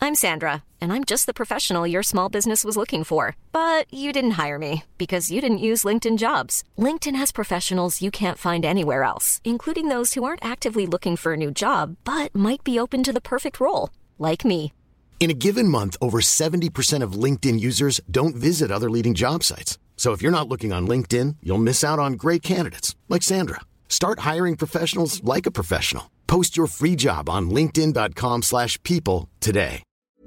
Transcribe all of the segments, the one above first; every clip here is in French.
I'm Sandra, and I'm just the professional your small business was looking for. But you didn't hire me because you didn't use LinkedIn Jobs. LinkedIn has professionals you can't find anywhere else, including those who aren't actively looking for a new job, but might be open to the perfect role, like me. In a given month, over 70% of LinkedIn users don't visit other leading job sites. So if you're not looking on LinkedIn, you'll miss out on great candidates like Sandra. Start hiring professionals like a professional. Post your free job on linkedin.com/people today.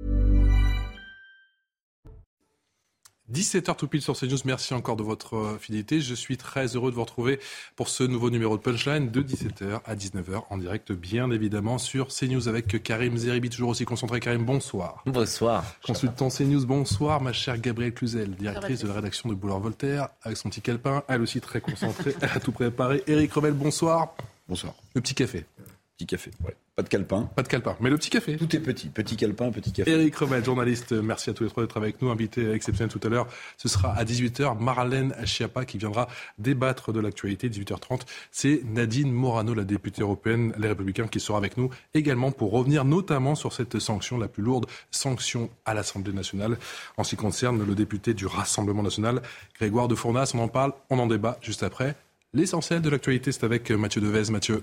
17h tout pile sur CNews, merci encore de votre fidélité. Je suis très heureux de vous retrouver pour ce nouveau numéro de Punchline de 17h à 19h en direct bien évidemment sur CNews avec Karim Zeribi, toujours aussi concentré. Karim, bonsoir. Bonsoir. Consultant CNews, bonsoir. Ma chère Gabrielle Cluzel, directrice de la rédaction de Boulevard Voltaire, avec son petit calepin, elle aussi très concentrée, elle a tout préparé. Éric Revel, bonsoir. Bonsoir. Le petit café. Petit café, ouais. Pas de calepin. Pas de calepin, mais le petit café. Tout est petit. Petit calepin, petit café. Éric Revel, journaliste, merci à tous les trois d'être avec nous. Invité exceptionnel tout à l'heure, ce sera à 18h. Marlène Schiappa qui viendra débattre de l'actualité. 18h30, c'est Nadine Morano, la députée européenne, les Républicains, qui sera avec nous également pour revenir notamment sur cette sanction, la plus lourde sanction à l'Assemblée nationale en ce qui concerne le député du Rassemblement national, Grégoire de Fournas. On en parle, on en débat juste après. L'essentiel de l'actualité, c'est avec Mathieu Devez. Mathieu.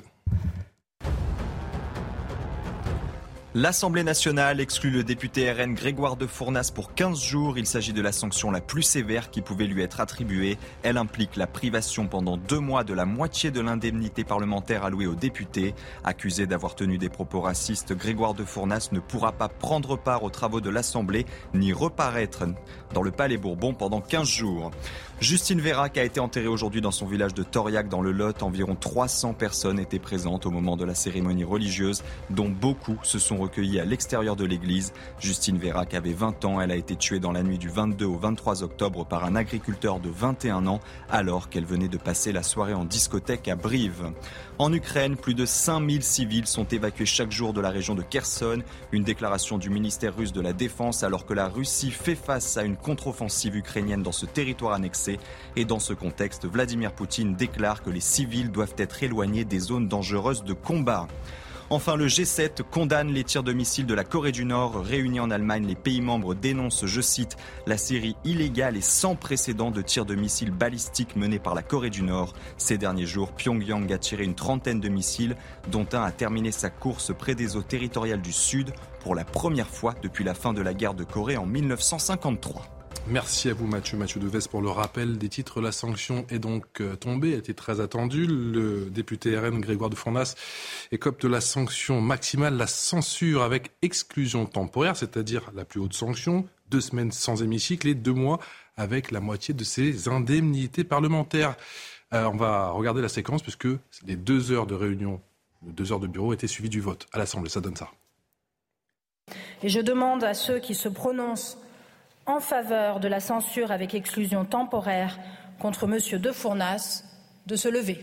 L'Assemblée nationale exclut le député RN Grégoire de Fournas pour 15 jours. Il s'agit de la sanction la plus sévère qui pouvait lui être attribuée. Elle implique la privation pendant 2 mois de la moitié de l'indemnité parlementaire allouée aux députés. Accusé d'avoir tenu des propos racistes, Grégoire de Fournas ne pourra pas prendre part aux travaux de l'Assemblée ni reparaître dans le Palais Bourbon pendant 15 jours. Justine Vérac a été enterrée aujourd'hui dans son village de Thoriac dans le Lot. Environ 300 personnes étaient présentes au moment de la cérémonie religieuse, dont beaucoup se sont recueillis à l'extérieur de l'église. Justine Vérac avait 20 ans. Elle a été tuée dans la nuit du 22 au 23 octobre par un agriculteur de 21 ans, alors qu'elle venait de passer la soirée en discothèque à Brive. En Ukraine, plus de 5000 civils sont évacués chaque jour de la région de Kherson. Une déclaration du ministère russe de la Défense alors que la Russie fait face à une contre-offensive ukrainienne dans ce territoire annexé. Et dans ce contexte, Vladimir Poutine déclare que les civils doivent être éloignés des zones dangereuses de combat. Enfin, le G7 condamne les tirs de missiles de la Corée du Nord. Réunis en Allemagne, les pays membres dénoncent, je cite, la série illégale et sans précédent de tirs de missiles balistiques menés par la Corée du Nord. Ces derniers jours, Pyongyang a tiré une trentaine de missiles, dont un a terminé sa course près des eaux territoriales du Sud pour la première fois depuis la fin de la guerre de Corée en 1953. Merci à vous Mathieu Devez pour le rappel des titres. La sanction est donc tombée, elle était très attendue. Le député RN Grégoire de Fournas écope de la sanction maximale, la censure avec exclusion temporaire, c'est-à-dire la plus haute sanction, 2 semaines sans hémicycle et 2 mois avec la moitié de ses indemnités parlementaires. On va regarder la séquence puisque les 2 heures de réunion, 2 heures de bureau étaient suivies du vote à l'Assemblée. Ça donne ça. Et je demande à ceux qui se prononcent en faveur de la censure avec exclusion temporaire contre M. de Fournas de se lever.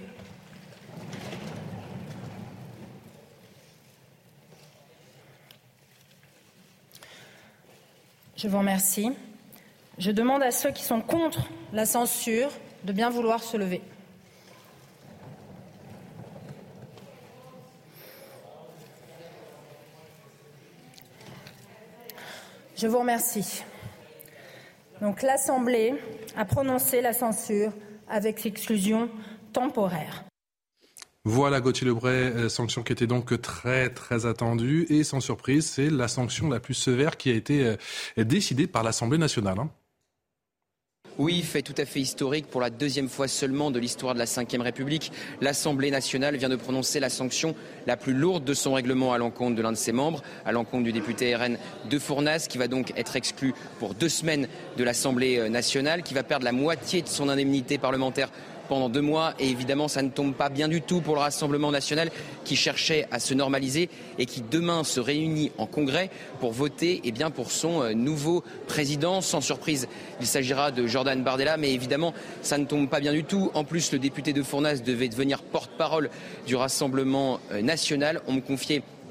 Je vous remercie. Je demande à ceux qui sont contre la censure de bien vouloir se lever. Je vous remercie. Donc l'Assemblée a prononcé la censure avec exclusion temporaire. Voilà Gauthier Lebray, sanction qui était donc très très attendue et sans surprise, c'est la sanction la plus sévère qui a été décidée par l'Assemblée nationale. Oui, fait tout à fait historique pour la 2e fois seulement de l'histoire de la Ve République. L'Assemblée nationale vient de prononcer la sanction la plus lourde de son règlement à l'encontre de l'un de ses membres, à l'encontre du député RN de Fournas, qui va donc être exclu pour 2 semaines de l'Assemblée nationale, qui va perdre la moitié de son indemnité parlementaire pendant 2 mois. Et évidemment, ça ne tombe pas bien du tout pour le Rassemblement national qui cherchait à se normaliser et qui demain se réunit en congrès pour voter pour son nouveau président. Sans surprise, il s'agira de Jordan Bardella, mais évidemment, ça ne tombe pas bien du tout. En plus, le député de Fournas devait devenir porte-parole du Rassemblement national. On me confiait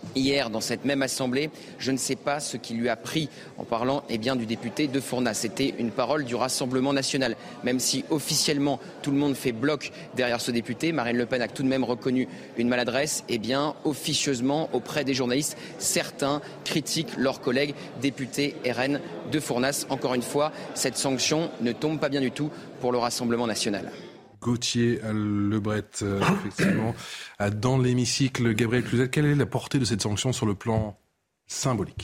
Hier, dans cette même assemblée, je ne sais pas ce qui lui a pris en parlant du député de Fournas. C'était une parole du Rassemblement national. Même si officiellement tout le monde fait bloc derrière ce député, Marine Le Pen a tout de même reconnu une maladresse. Officieusement, auprès des journalistes, certains critiquent leurs collègues députés RN de Fournas. Encore une fois, cette sanction ne tombe pas bien du tout pour le Rassemblement national. Gauthier Lebret, effectivement, dans l'hémicycle. Gabriel Cluzel, quelle est la portée de cette sanction sur le plan symbolique ?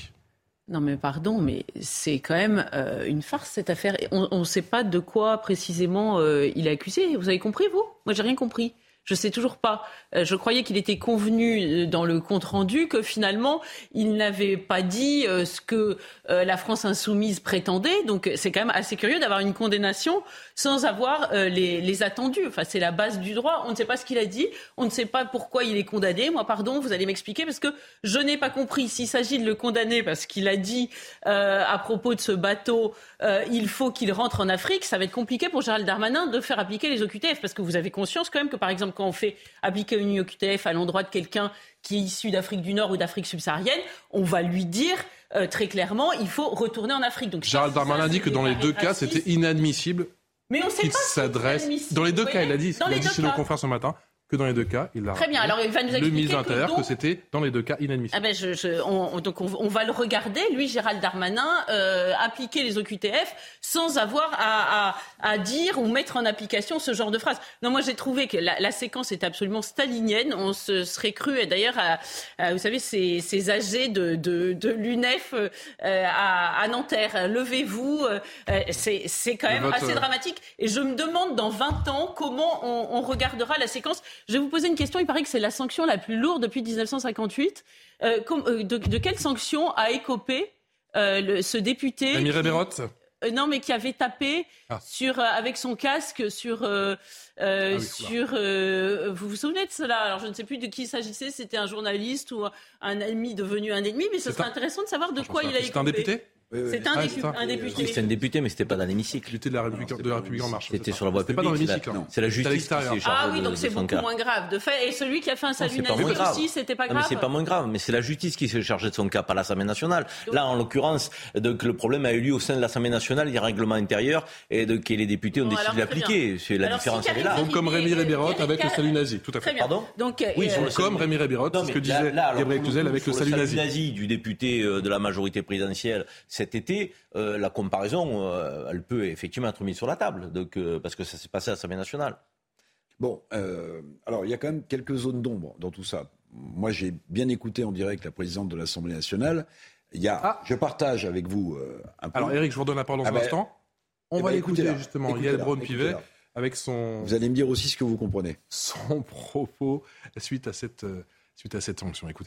Non mais pardon, mais c'est quand même une farce cette affaire. On ne sait pas de quoi précisément il est accusé. Vous avez compris, vous ? Moi, j'ai rien compris. Je sais toujours pas. Je croyais qu'il était convenu dans le compte-rendu que finalement, il n'avait pas dit ce que la France insoumise prétendait. Donc c'est quand même assez curieux d'avoir une condamnation sans avoir les attendus. Enfin, c'est la base du droit. On ne sait pas ce qu'il a dit. On ne sait pas pourquoi il est condamné. Moi, pardon, vous allez m'expliquer parce que je n'ai pas compris. S'il s'agit de le condamner parce qu'il a dit à propos de ce bateau, il faut qu'il rentre en Afrique, ça va être compliqué pour Gérald Darmanin de faire appliquer les OQTF. Parce que vous avez conscience quand même que, par exemple, quand on fait appliquer une OQTF à l'endroit de quelqu'un qui est issu d'Afrique du Nord ou d'Afrique subsaharienne, on va lui dire très clairement, il faut retourner en Afrique. Donc, Gérald Darmanin dit que dans les deux cas, c'était inadmissible. Mais on sait pas s'adresse. Dans les deux cas, il a dit chez nos confrères ce matin, que dans les deux cas, il a très bien. Alors il va nous expliquer le ministre de l'Intérieur que c'était dans les deux cas inadmissible. Ah ben donc on va le regarder, lui Gérald Darmanin, appliquer les OQTF sans avoir à dire ou mettre en application ce genre de phrase. Non, moi j'ai trouvé que la séquence est absolument stalinienne. On se serait cru, et d'ailleurs, vous savez, ces âgés de l'UNEF à Nanterre. Levez-vous, c'est quand même assez dramatique. Et je me demande dans 20 ans comment on regardera la séquence. Je vais vous poser une question. Il paraît que c'est la sanction la plus lourde depuis 1958. De quelle sanction a écopé ce député Rémi Rebeyrotte non, mais qui avait tapé avec son casque sur... vous vous souvenez de cela ? Alors, je ne sais plus de qui il s'agissait. C'était un journaliste ou un ennemi devenu un ennemi. Mais ce serait intéressant de savoir de quoi il a écopé. C'est un député ? C'est un député. Oui, c'est un député, mais c'était pas dans l'hémicycle. Député de la République en marche. C'était sur la voie publique. Pas dans l'hémicycle. C'est la justice qui s'est chargée donc c'est beaucoup moins grave. De fait, et celui qui a fait un salut nazi aussi, c'était pas grave. Mais c'est pas moins grave. Mais c'est la justice qui s'est chargée de son cas, pas l'Assemblée nationale. Là, en l'occurrence, donc le problème a eu lieu au sein de l'Assemblée nationale. Il y a un règlement intérieur et donc les députés ont décidé de l'appliquer. C'est la différence, elle est là. Donc comme Rémi Rebeyrotte avec le salut nazi, tout à fait. Pardon ? Oui, comme Rémi Rebeyrotte, c'est ce que disait Gabriel Cluzel avec le salut nazi du député de la majorité présidentielle cet été. La comparaison, elle peut effectivement être mise sur la table, donc, parce que ça s'est passé à l'Assemblée nationale. Bon, alors il y a quand même quelques zones d'ombre dans tout ça. Moi, j'ai bien écouté en direct la présidente de l'Assemblée nationale. Je partage avec vous un peu. Alors Eric, je vous redonne la parole dans un instant. On va l'écouter justement. Yael Braun-Pivet avec son... Vous allez me dire aussi ce que vous comprenez. Son propos suite à cette sanction. Écoutez.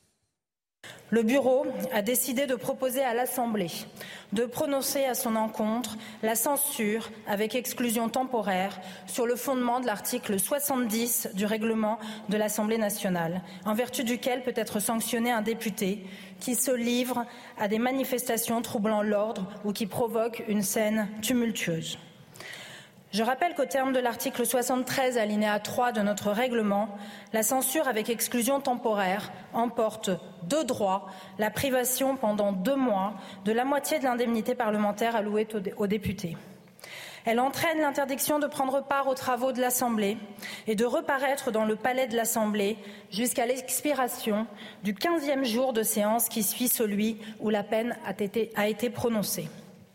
Le Bureau a décidé de proposer à l'Assemblée de prononcer à son encontre la censure avec exclusion temporaire sur le fondement de l'article 70 du règlement de l'Assemblée nationale, en vertu duquel peut être sanctionné un député qui se livre à des manifestations troublant l'ordre ou qui provoque une scène tumultueuse. Je rappelle qu'au terme de l'article 73, alinéa 3 de notre règlement, la censure avec exclusion temporaire emporte de droit la privation pendant 2 mois de la moitié de l'indemnité parlementaire allouée aux députés. Elle entraîne l'interdiction de prendre part aux travaux de l'Assemblée et de reparaître dans le palais de l'Assemblée jusqu'à l'expiration du 15e jour de séance qui suit celui où la peine a été prononcée.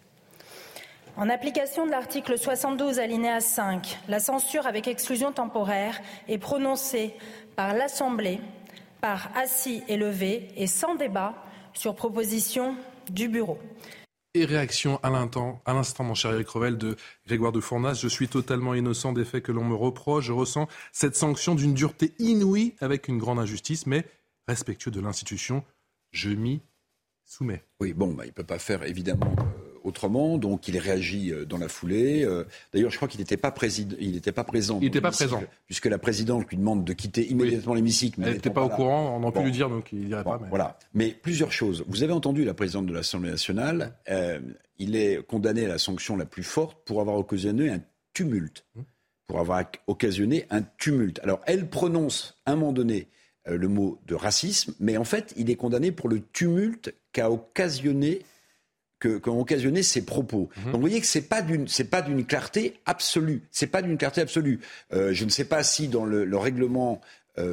En application de l'article 72 alinéa 5, la censure avec exclusion temporaire est prononcée par l'Assemblée, par assis et levé et sans débat sur proposition du Bureau. Et réaction à l'instant, mon cher Éric Revel, de Grégoire de Fournas. Je suis totalement innocent des faits que l'on me reproche. Je ressens cette sanction d'une dureté inouïe avec une grande injustice, mais respectueux de l'institution, je m'y soumets. Oui, bon, il ne peut pas faire évidemment autrement, donc il réagit dans la foulée. D'ailleurs, je crois qu'il n'était pas présent. Il n'était pas présent. Puisque la présidente lui demande de quitter immédiatement l'hémicycle. Elle n'était pas au courant, on en pu lui dire, donc il n'irait pas. Mais... Voilà. Mais plusieurs choses. Vous avez entendu la présidente de l'Assemblée nationale. Il est condamné à la sanction la plus forte pour avoir occasionné un tumulte. Alors, elle prononce, à un moment donné, le mot de racisme, mais en fait, il est condamné pour le tumulte qu'ont occasionné ses propos. Donc vous voyez que c'est pas d'une clarté absolue. C'est pas d'une clarté absolue. Je ne sais pas si dans le règlement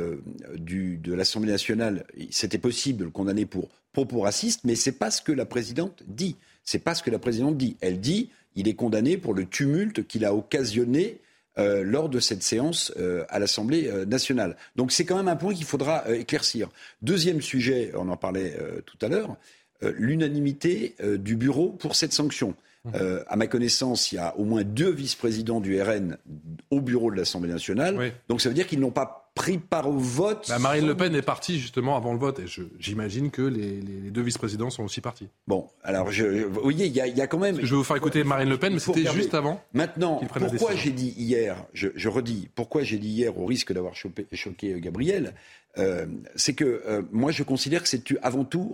de l'Assemblée nationale, c'était possible de le condamner pour propos racistes, mais c'est pas ce que la présidente dit. C'est pas ce que la présidente dit. Elle dit il est condamné pour le tumulte qu'il a occasionné lors de cette séance à l'Assemblée nationale. Donc c'est quand même un point qu'il faudra éclaircir. Deuxième sujet, on en parlait tout à l'heure, l'unanimité du bureau pour cette sanction. À ma connaissance, il y a au moins 2 vice-présidents du RN au bureau de l'Assemblée nationale. Oui. Donc ça veut dire qu'ils n'ont pas pris part au vote. Marine Le Pen est partie justement avant le vote et j'imagine que les 2 vice-présidents sont aussi partis. Bon, alors vous voyez, il y a quand même... Je vais vous faire écouter Marine Le Pen, mais c'était juste avant. Maintenant, pourquoi j'ai dit hier, je redis, pourquoi j'ai dit hier, au risque d'avoir choqué Gabriel, c'est que moi je considère que c'est avant tout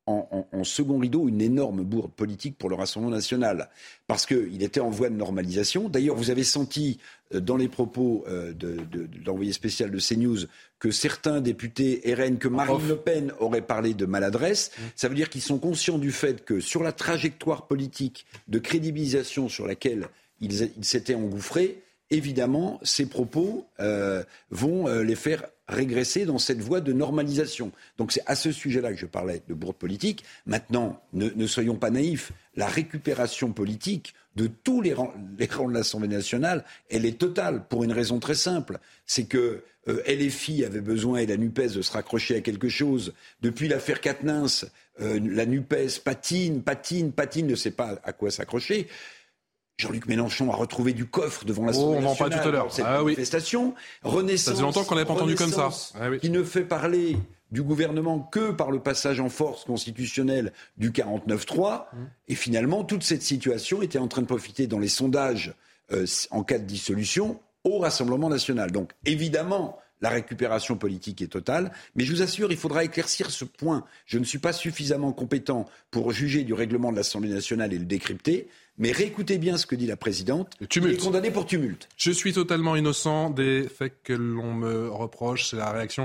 en second rideau une énorme bourde politique pour le Rassemblement national, parce qu'il était en voie de normalisation. D'ailleurs, vous avez senti dans les propos de l'envoyé spécial de CNews que certains députés RN, que Marine Le Pen aurait parlé de maladresse. Ça veut dire qu'ils sont conscients du fait que sur la trajectoire politique de crédibilisation sur laquelle ils s'étaient engouffrés, évidemment, ces propos vont les faire régresser dans cette voie de normalisation. Donc c'est à ce sujet-là que je parlais de bourde politique. Maintenant, ne soyons pas naïfs. La récupération politique de tous les rangs de l'Assemblée nationale, elle est totale pour une raison très simple. C'est que LFI avait besoin, et la NUPES, de se raccrocher à quelque chose. Depuis l'affaire Quatennens, la NUPES patine, ne sait pas à quoi s'accrocher. Jean-Luc Mélenchon a retrouvé du coffre devant l'Assemblée nationale. On en parle tout à l'heure. Cette manifestation. Renaissance. Ça faisait longtemps qu'on n'avait pas entendu comme ça. Qui ne fait parler du gouvernement que par le passage en force constitutionnelle du 49-3. Et finalement, toute cette situation était en train de profiter dans les sondages en cas de dissolution au Rassemblement national. Donc, évidemment, la récupération politique est totale. Mais je vous assure, il faudra éclaircir ce point. Je ne suis pas suffisamment compétent pour juger du règlement de l'Assemblée nationale et le décrypter. Mais réécoutez bien ce que dit la présidente. Il est condamné pour tumulte. Je suis totalement innocent des faits que l'on me reproche. C'est la réaction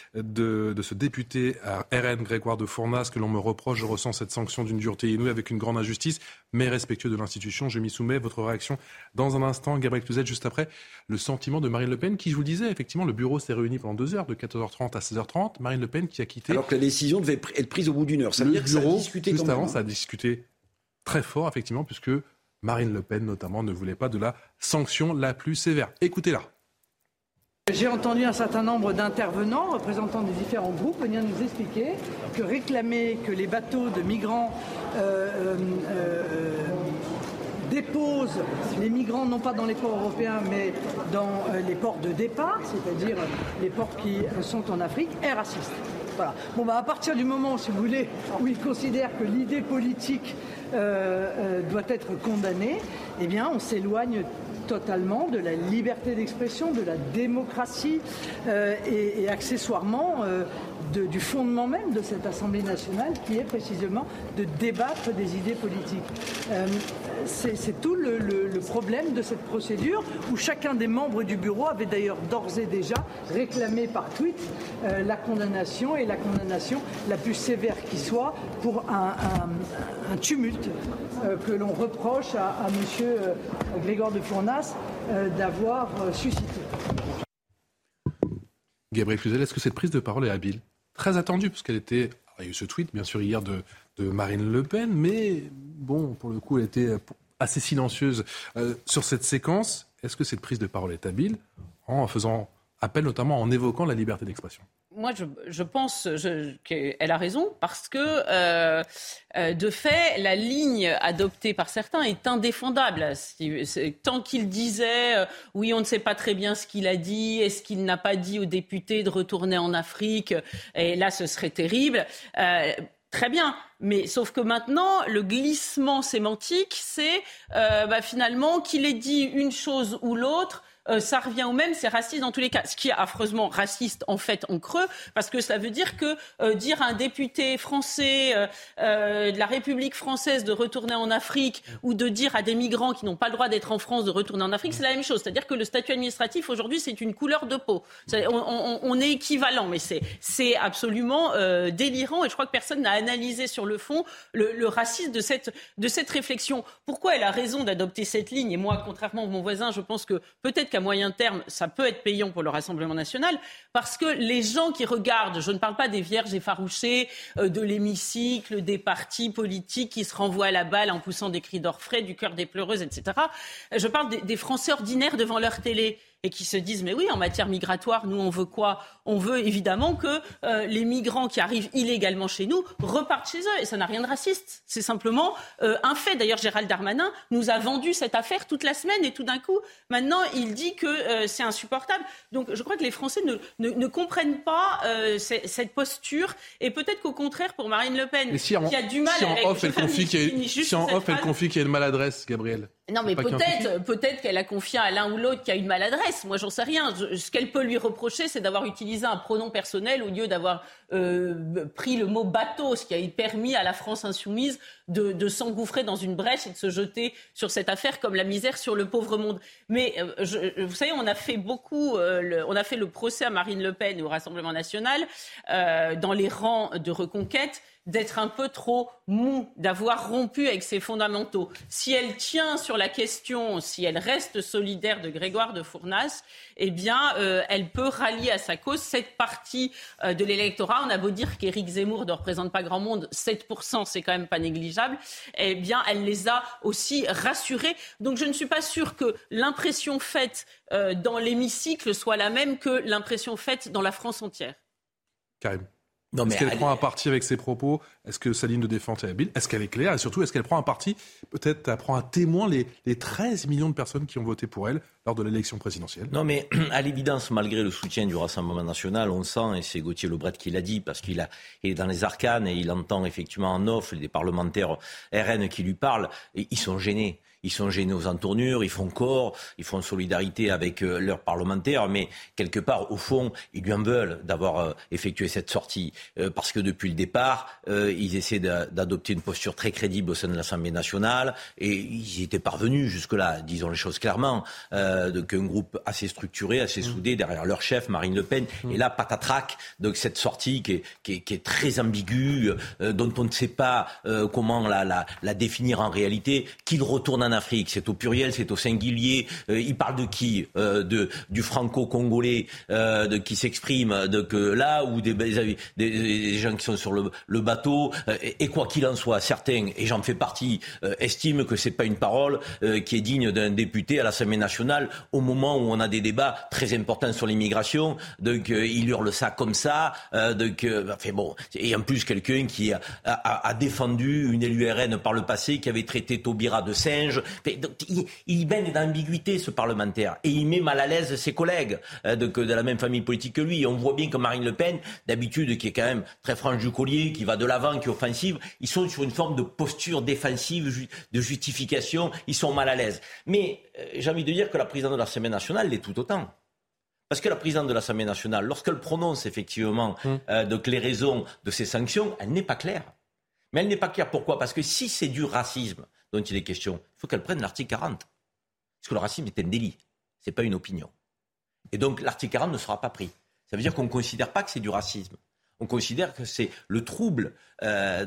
de ce député à RN, Grégoire de Fournas, que l'on me reproche. Je ressens cette sanction d'une dureté inouïe avec une grande injustice, mais respectueux de l'institution. Je m'y soumets. Votre réaction dans un instant. Gabriel Cluzet, juste après, le sentiment de Marine Le Pen, qui, je vous le disais, effectivement, le bureau s'est réuni pendant 2 heures, de 14h30 à 16h30. Marine Le Pen qui a quitté... Alors que la décision devait être prise au bout d'1 heure. Ça veut dire que ça a discuté juste quand même. Avant, ça a discuté très fort, effectivement, puisque Marine Le Pen, notamment, ne voulait pas de la sanction la plus sévère. Écoutez-la. J'ai entendu un certain nombre d'intervenants, représentants des différents groupes, venir nous expliquer que réclamer que les bateaux de migrants déposent les migrants non pas dans les ports européens mais dans les ports de départ, c'est-à-dire les ports qui sont en Afrique, est raciste. Voilà. Bon, à partir du moment, si vous voulez, où ils considèrent que l'idée politique doit être condamnée, eh bien, on s'éloigne totalement de la liberté d'expression, de la démocratie et accessoirement du fondement même de cette Assemblée nationale qui est précisément de débattre des idées politiques. C'est tout le problème de cette procédure où chacun des membres du bureau avait d'ailleurs d'ores et déjà réclamé par tweet la condamnation et la condamnation la plus sévère qui soit pour un tumulte que l'on reproche à monsieur Grégoire de Fournas d'avoir suscité. Gabriel Cluzet, est-ce que cette prise de parole est habile ? Très attendue, parce qu'elle était... Il y a eu ce tweet, bien sûr, hier de Marine Le Pen, mais bon, pour le coup, elle était assez silencieuse sur cette séquence. Est-ce que cette prise de parole est habile en faisant appel, notamment en évoquant la liberté d'expression ? Moi, je pense qu'elle a raison parce que, de fait, la ligne adoptée par certains est indéfendable. Tant qu'il disait « oui, on ne sait pas très bien ce qu'il a dit, est-ce qu'il n'a pas dit aux députés de retourner en Afrique ?» Et là, ce serait terrible. Très bien, mais sauf que maintenant, le glissement sémantique, c'est finalement qu'il ait dit une chose ou l'autre, ça revient au même, c'est raciste dans tous les cas. Ce qui est affreusement raciste, en fait, en creux, parce que ça veut dire que dire à un député français de la République française de retourner en Afrique ou de dire à des migrants qui n'ont pas le droit d'être en France de retourner en Afrique, c'est la même chose. C'est-à-dire que le statut administratif, aujourd'hui, c'est une couleur de peau. On est équivalent, mais c'est absolument délirant et je crois que personne n'a analysé sur le fond le racisme de cette réflexion. Pourquoi elle a raison d'adopter cette ligne ? Et moi, contrairement à mon voisin, je pense que peut-être qu'à moyen terme, ça peut être payant pour le Rassemblement national, parce que les gens qui regardent, je ne parle pas des vierges effarouchées de l'hémicycle, des partis politiques qui se renvoient à la balle en poussant des cris d'orfraie, du cœur des pleureuses, etc. Je parle des Français ordinaires devant leur télé et qui se disent, mais oui, en matière migratoire, nous, on veut quoi ? On veut évidemment que les migrants qui arrivent illégalement chez nous repartent chez eux. Et ça n'a rien de raciste. C'est simplement un fait. D'ailleurs, Gérald Darmanin nous a vendu cette affaire toute la semaine et tout d'un coup, maintenant, il dit que c'est insupportable. Donc, je crois que les Français ne comprennent pas cette posture. Et peut-être qu'au contraire, pour Marine Le Pen, qui a du mal avec... Si en off, elle confie qu'il y a une maladresse, Gabriel. Non, mais peut-être qu'elle a confié à l'un ou l'autre qu'il y a une maladresse. Moi, j'en sais rien. Ce qu'elle peut lui reprocher, c'est d'avoir utilisé un pronom personnel au lieu d'avoir pris le mot bateau, ce qui a permis à la France insoumise de s'engouffrer dans une brèche et de se jeter sur cette affaire comme la misère sur le pauvre monde. Mais vous savez, on a fait le procès à Marine Le Pen et au Rassemblement national dans les rangs de Reconquête, d'être un peu trop mou, d'avoir rompu avec ses fondamentaux. Si elle tient sur la question, si elle reste solidaire de Grégoire de Fournas, eh bien, elle peut rallier à sa cause cette partie de l'électorat. On a beau dire qu'Éric Zemmour ne représente pas grand monde, 7%, c'est quand même pas négligeable. Eh bien, elle les a aussi rassurés. Donc, je ne suis pas sûre que l'impression faite dans l'hémicycle soit la même que l'impression faite dans la France entière. Karim. Est-ce qu'elle prend un parti avec ses propos ? Est-ce que sa ligne de défense est habile ? Est-ce qu'elle est claire ? Et surtout, est-ce qu'elle prend un parti ? Peut-être elle prend un témoin les 13 millions de personnes qui ont voté pour elle lors de l'élection présidentielle. Non, mais à l'évidence, malgré le soutien du Rassemblement national, on sent, et c'est Gauthier Lebret qui l'a dit, parce qu'il est dans les arcanes et il entend effectivement en off des parlementaires RN qui lui parlent, et ils sont gênés. Ils sont gênés aux entournures, ils font corps, ils font solidarité avec leurs parlementaires, mais quelque part, au fond, ils lui en veulent d'avoir effectué cette sortie. Parce que depuis le départ, ils essaient d'adopter une posture très crédible au sein de l'Assemblée nationale, et ils y étaient parvenus jusque-là, disons les choses clairement, qu'un groupe assez structuré, assez soudé, derrière leur chef, Marine Le Pen, et là, patatrac, donc cette sortie qui est très ambiguë, dont on ne sait pas comment la définir en réalité, qu'il retourne en Afrique, c'est au pluriel, c'est au singulier. Il parle de qui ? Du franco-congolais qui s'exprime là où des gens qui sont sur le bateau. Et quoi qu'il en soit, certains, et j'en fais partie, estiment que c'est pas une parole qui est digne d'un député à l'Assemblée nationale au moment où on a des débats très importants sur l'immigration. Donc il hurle ça comme ça. Et en plus quelqu'un qui a défendu une élue RN par le passé qui avait traité Taubira de singe. Il baigne d'ambiguïté, ce parlementaire, et il met mal à l'aise ses collègues de la même famille politique que lui. Et on voit bien que Marine Le Pen, d'habitude, qui est quand même très franche du collier, qui va de l'avant, qui est offensive, ils sont sur une forme de posture défensive, de justification, ils sont mal à l'aise. Mais j'ai envie de dire que la présidente de l'Assemblée nationale l'est tout autant. Parce que la présidente de l'Assemblée nationale, lorsqu'elle prononce effectivement les raisons de ces sanctions, elle n'est pas claire. Mais elle n'est pas claire pourquoi ? Parce que si c'est du racisme dont il est question, il faut qu'elle prenne l'article 40. Parce que le racisme est un délit, ce n'est pas une opinion. Et donc l'article 40 ne sera pas pris. Ça veut dire qu'on ne considère pas que c'est du racisme. On considère que c'est le trouble à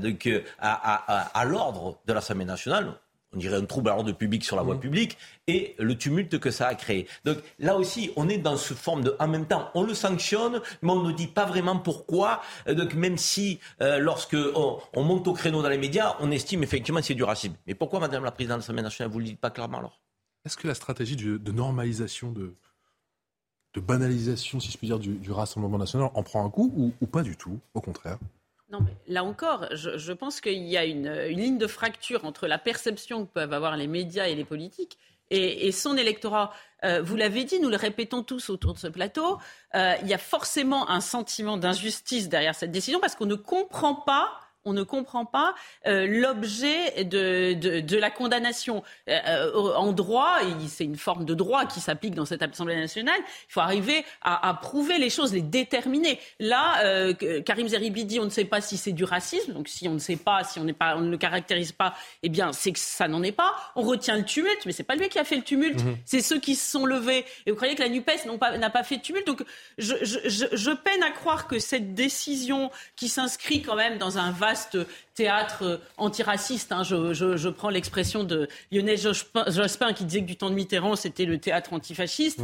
l'ordre de l'Assemblée nationale. On dirait un trouble à l'ordre public sur la voie publique et le tumulte que ça a créé. Donc là aussi, on est dans ce forme de... En même temps, on le sanctionne, mais on ne dit pas vraiment pourquoi. Donc même si, lorsque on monte au créneau dans les médias, on estime effectivement que c'est du racisme. Mais pourquoi, Madame la Présidente de l'Assemblée nationale, vous ne le dites pas clairement alors ? Est-ce que la stratégie de normalisation, de banalisation, si je puis dire, du Rassemblement national en prend un coup ou pas du tout, au contraire ? Non, mais là encore, je pense qu'il y a une ligne de fracture entre la perception que peuvent avoir les médias et les politiques et son électorat. Vous l'avez dit, nous le répétons tous autour de ce plateau, il y a forcément un sentiment d'injustice derrière cette décision parce qu'on ne comprend pas on ne comprend pas l'objet de la condamnation. En droit, c'est une forme de droit qui s'applique dans cette Assemblée nationale. Il faut arriver à prouver les choses, les déterminer. Là, Karim Zeribi dit on ne sait pas si c'est du racisme. Donc si on ne sait pas, si on ne le caractérise pas, eh bien c'est que ça n'en est pas. On retient le tumulte, mais c'est pas lui qui a fait le tumulte. C'est ceux qui se sont levés. Et vous croyez que la NUPES n'a pas fait de tumulte. Donc je peine à croire que cette décision qui s'inscrit quand même dans un vaste théâtre antiraciste, je prends l'expression de Lionel Jospin qui disait que du temps de Mitterrand c'était le théâtre antifasciste.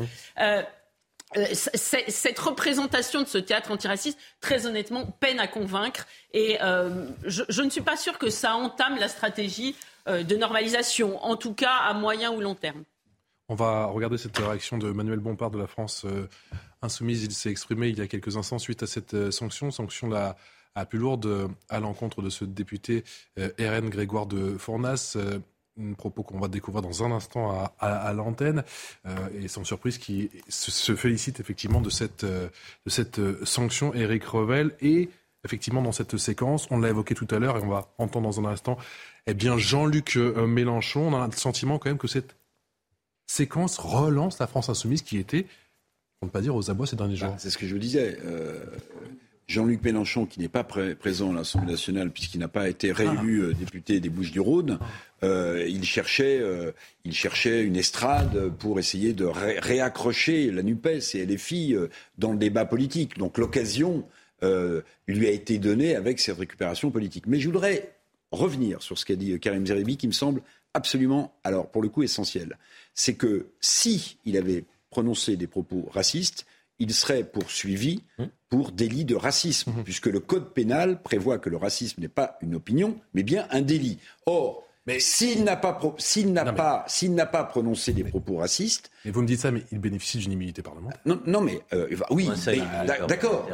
Cette représentation de ce théâtre antiraciste, très honnêtement, peine à convaincre. Et je ne suis pas sûre que ça entame la stratégie de normalisation, en tout cas à moyen ou long terme. On va regarder cette réaction de Manuel Bompard de la France Insoumise. Il s'est exprimé il y a quelques instants suite à cette sanction la plus lourde à l'encontre de ce député RN Grégoire de Fournas. Un propos qu'on va découvrir dans un instant à l'antenne, et sans surprise qui se félicite effectivement de cette sanction, Éric Revel. Et effectivement dans cette séquence, on l'a évoqué tout à l'heure et on va entendre dans un instant, Jean-Luc Mélenchon. On a le sentiment quand même que cette séquence relance la France Insoumise qui était, pour ne pas dire, aux abois ces derniers jours. C'est ce que je vous disais. Jean-Luc Mélenchon, qui n'est pas présent à l'Assemblée nationale puisqu'il n'a pas été réélu député des Bouches-du-Rhône, il cherchait une estrade pour essayer de réaccrocher la NUPES et LFI dans le débat politique. Donc l'occasion lui a été donnée avec cette récupération politique. Mais je voudrais revenir sur ce qu'a dit Karim Zeribi, qui me semble absolument, alors pour le coup, essentiel. C'est que si il avait prononcé des propos racistes, il serait poursuivi pour délit de racisme, puisque le code pénal prévoit que le racisme n'est pas une opinion, mais bien un délit. Or, s'il n'a pas prononcé des propos racistes... Et vous me dites ça, mais il bénéficie d'une immunité parlementaire. Oui, d'accord.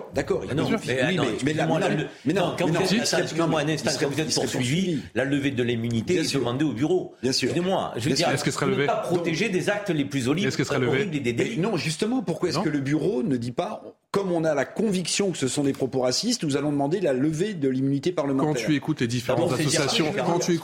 Quand vous êtes poursuivi, la levée de l'immunité est demandée au bureau. Bien sûr. Excusez-moi, je veux dire, ne pas protéger des actes les plus horribles et des délits. Non, justement, pourquoi est-ce que le bureau ne dit pas... Comme on a la conviction que ce sont des propos racistes, nous allons demander la levée de l'immunité parlementaire. Quand tu écoutes les différentes associations,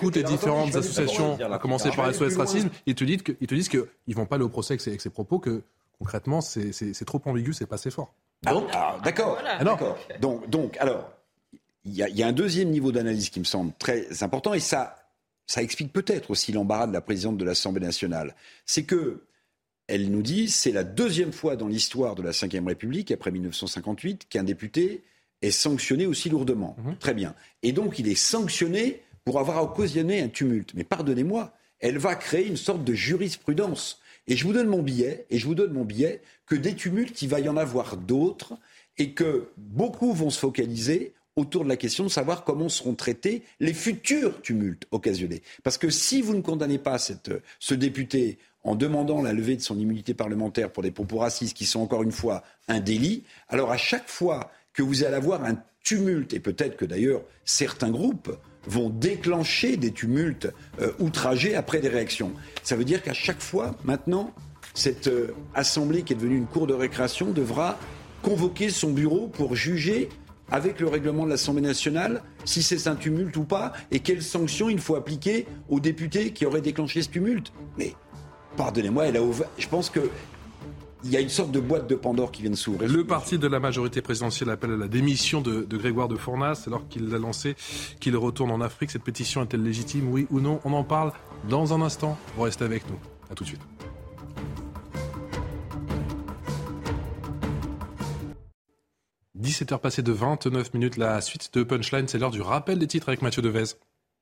à commencer par SOS Racisme, ils te disent qu'ils ne vont pas aller au procès avec ces propos, que concrètement, c'est trop ambigu, c'est pas assez fort. D'accord. Donc, il y a un deuxième niveau d'analyse qui me semble très important, et ça explique peut-être aussi l'embarras de la présidente de l'Assemblée nationale. C'est que elle nous dit, c'est la deuxième fois dans l'histoire de la Ve République, après 1958, qu'un député est sanctionné aussi lourdement. Très bien. Et donc, il est sanctionné pour avoir occasionné un tumulte. Mais pardonnez-moi, elle va créer une sorte de jurisprudence. Et je vous donne mon billet, que des tumultes, il va y en avoir d'autres, et que beaucoup vont se focaliser autour de la question de savoir comment seront traités les futurs tumultes occasionnés. Parce que si vous ne condamnez pas ce député en demandant la levée de son immunité parlementaire pour des propos racistes qui sont encore une fois un délit, alors à chaque fois que vous allez avoir un tumulte, et peut-être que d'ailleurs certains groupes vont déclencher des tumultes outragés après des réactions, ça veut dire qu'à chaque fois, maintenant, cette assemblée qui est devenue une cour de récréation devra convoquer son bureau pour juger avec le règlement de l'Assemblée nationale si c'est un tumulte ou pas, et quelles sanctions il faut appliquer aux députés qui auraient déclenché ce tumulte. Mais pardonnez-moi, je pense qu'il y a une sorte de boîte de Pandore qui vient de s'ouvrir. Le parti de la majorité présidentielle appelle à la démission de Grégoire de Fournas alors qu'il a lancé qu'il retourne en Afrique. Cette pétition est-elle légitime, oui ou non? On en parle dans un instant. Vous restez avec nous. À tout de suite. « 17h passées de 29 minutes, la suite de Punchline, c'est l'heure du rappel des titres avec Mathieu Devez.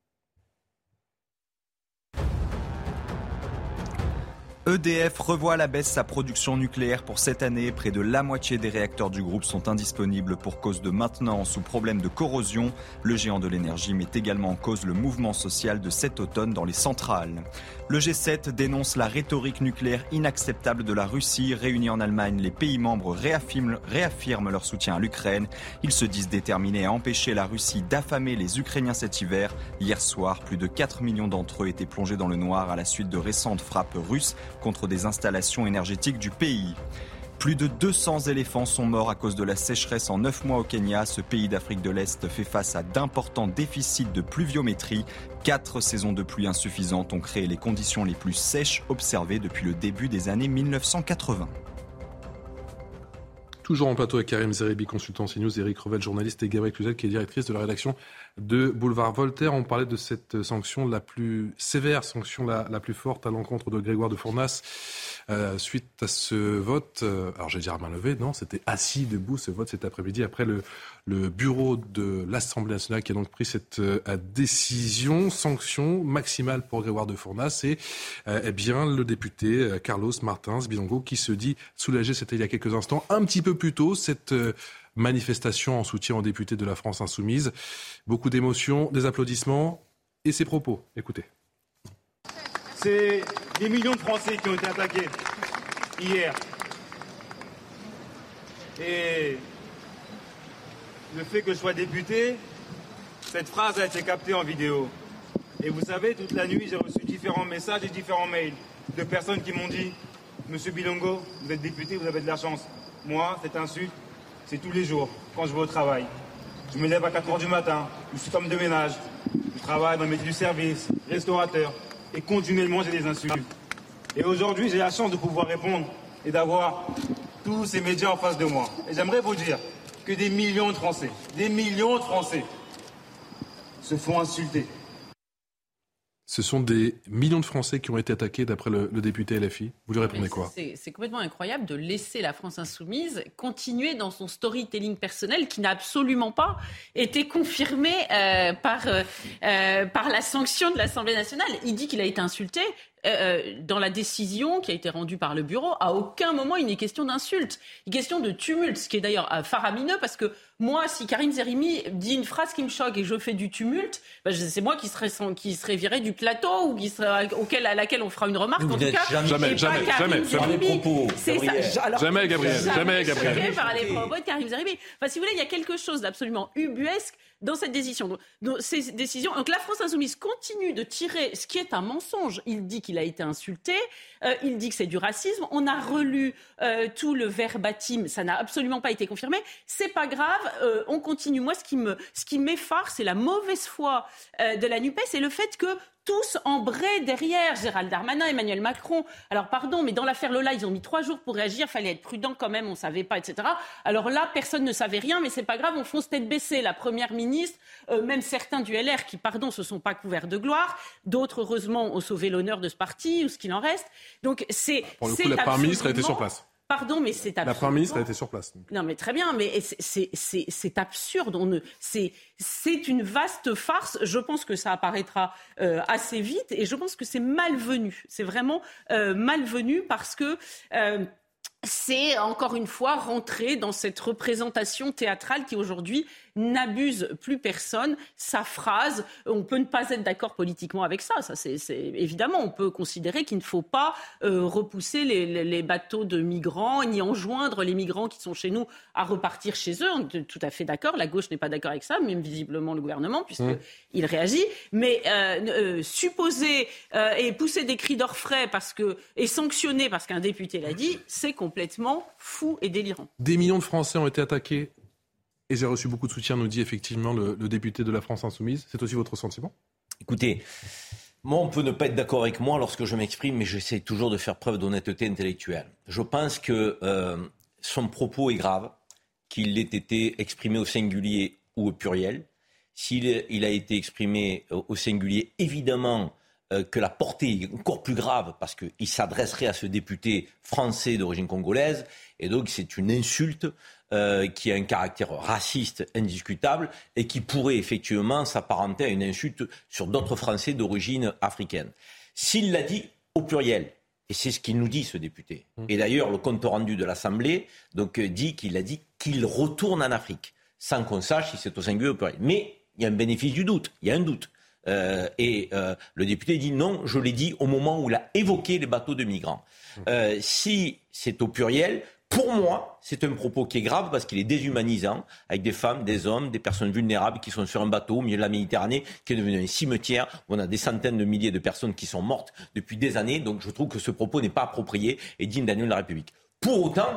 EDF revoit à la baisse sa production nucléaire pour cette année. Près de la moitié des réacteurs du groupe sont indisponibles pour cause de maintenance ou problème de corrosion. Le géant de l'énergie met également en cause le mouvement social de cet automne dans les centrales. Le G7 dénonce la rhétorique nucléaire inacceptable de la Russie. Réunis en Allemagne, les pays membres réaffirment leur soutien à l'Ukraine. Ils se disent déterminés à empêcher la Russie d'affamer les Ukrainiens cet hiver. Hier soir, plus de 4 millions d'entre eux étaient plongés dans le noir à la suite de récentes frappes russes contre des installations énergétiques du pays. Plus de 200 éléphants sont morts à cause de la sécheresse en 9 mois au Kenya. Ce pays d'Afrique de l'Est fait face à d'importants déficits de pluviométrie. 4 saisons de pluie insuffisantes ont créé les conditions les plus sèches observées depuis le début des années 1980. Toujours en plateau avec Karim Zeribi, consultant CNews, Éric Revel, journaliste, et Gabrielle Cluzel, qui est directrice de la rédaction de Boulevard Voltaire. On parlait de cette sanction la plus sévère, sanction la plus forte à l'encontre de Grégoire de Fournas suite à ce vote. Alors j'allais dire à main levée, non, c'était assis, debout, ce vote cet après-midi, après le bureau de l'Assemblée nationale qui a donc pris cette décision, sanction maximale pour Grégoire de Fournas. Et eh bien le député Carlos Martins Bilongo qui se dit soulagé, c'était il y a quelques instants, un petit peu plus tôt, cette manifestation en soutien aux députés de la France Insoumise. Beaucoup d'émotions, des applaudissements et ses propos. Écoutez. C'est des millions de Français qui ont été attaqués hier. Et le fait que je sois député, cette phrase a été captée en vidéo. Et vous savez, toute la nuit, j'ai reçu différents messages et différents mails de personnes qui m'ont dit « Monsieur Bilongo, vous êtes député, vous avez de la chance. Moi, cette insulte, c'est tous les jours, quand je vais au travail. Je me lève à 4h du matin, je suis femme de ménage, je travaille dans le métier du service, restaurateur, et continuellement j'ai des insultes. Et aujourd'hui, j'ai la chance de pouvoir répondre et d'avoir tous ces médias en face de moi. Et j'aimerais vous dire que des millions de Français se font insulter. Ce sont des millions de Français qui ont été attaqués d'après le député LFI. Vous lui répondez quoi ? C'est complètement incroyable de laisser la France Insoumise continuer dans son storytelling personnel qui n'a absolument pas été confirmé par la sanction de l'Assemblée nationale. Il dit qu'il a été insulté. Dans la décision qui a été rendue par le bureau, à aucun moment il n'est question d'insulte. Il est question de tumulte, ce qui est d'ailleurs faramineux parce que moi, si Karim Zerimi dit une phrase qui me choque et je fais du tumulte, c'est moi qui serais viré du plateau ou à laquelle on fera une remarque. En tout cas, jamais Gabriel. Par les propos de Karim Zerimi. Enfin, si vous voulez, il y a quelque chose d'absolument ubuesque dans cette décision. Donc, ces décisions. Donc, la France Insoumise continue de tirer ce qui est un mensonge. Il dit qu'il a été insulté. Il dit que c'est du racisme. On a relu tout le verbatim. Ça n'a absolument pas été confirmé. C'est pas grave. On continue. Moi, ce qui m'effare, c'est la mauvaise foi de la NUPES et le fait que tous embrés derrière Gérald Darmanin, Emmanuel Macron. Alors pardon, mais dans l'affaire Lola, ils ont mis 3 jours pour réagir. Il fallait être prudent quand même, on ne savait pas, etc. Alors là, personne ne savait rien, mais c'est pas grave, on fonce tête baissée. La Première ministre, même certains du LR qui, pardon, se sont pas couverts de gloire. D'autres, heureusement, ont sauvé l'honneur de ce parti ou ce qu'il en reste. Donc pour le coup, la Première ministre a été sur place. Pardon, mais c'est absurde. La Première ministre a été sur place. Non, mais très bien, mais c'est absurde. C'est une vaste farce. Je pense que ça apparaîtra assez vite et je pense que c'est malvenu. C'est vraiment malvenu parce que c'est, encore une fois, rentrer dans cette représentation théâtrale qui, aujourd'hui, n'abuse plus personne. Sa phrase, on peut ne pas être d'accord politiquement avec ça. C'est évidemment, on peut considérer qu'il ne faut pas repousser les bateaux de migrants, ni enjoindre les migrants qui sont chez nous à repartir chez eux. On est tout à fait d'accord. La gauche n'est pas d'accord avec ça, même visiblement le gouvernement, puisqu'il réagit. Mais supposer et pousser des cris d'orfraie et sanctionner parce qu'un député l'a dit, c'est complètement fou et délirant. Des millions de Français ont été attaqués. Et j'ai reçu beaucoup de soutien, nous dit effectivement le député de la France Insoumise. C'est aussi votre sentiment ? Écoutez, moi, on peut ne pas être d'accord avec moi lorsque je m'exprime, mais j'essaie toujours de faire preuve d'honnêteté intellectuelle. Je pense que son propos est grave, qu'il ait été exprimé au singulier ou au pluriel. S'il a été exprimé au singulier, évidemment que la portée est encore plus grave parce qu'il s'adresserait à ce député français d'origine congolaise. Et donc, c'est une insulte qui a un caractère raciste indiscutable et qui pourrait effectivement s'apparenter à une insulte sur d'autres Français d'origine africaine. S'il l'a dit au pluriel, et c'est ce qu'il nous dit, ce député, et d'ailleurs le compte rendu de l'Assemblée dit qu'il a dit qu'il retourne en Afrique, sans qu'on sache si c'est au singulier ou au pluriel. Mais il y a un bénéfice du doute, il y a un doute. Le député dit non, je l'ai dit au moment où il a évoqué les bateaux de migrants. Si c'est au pluriel, pour moi, c'est un propos qui est grave parce qu'il est déshumanisant avec des femmes, des hommes, des personnes vulnérables qui sont sur un bateau au milieu de la Méditerranée qui est devenu un cimetière où on a des centaines de milliers de personnes qui sont mortes depuis des années. Donc je trouve que ce propos n'est pas approprié et digne d'un élu de la République. Pour autant,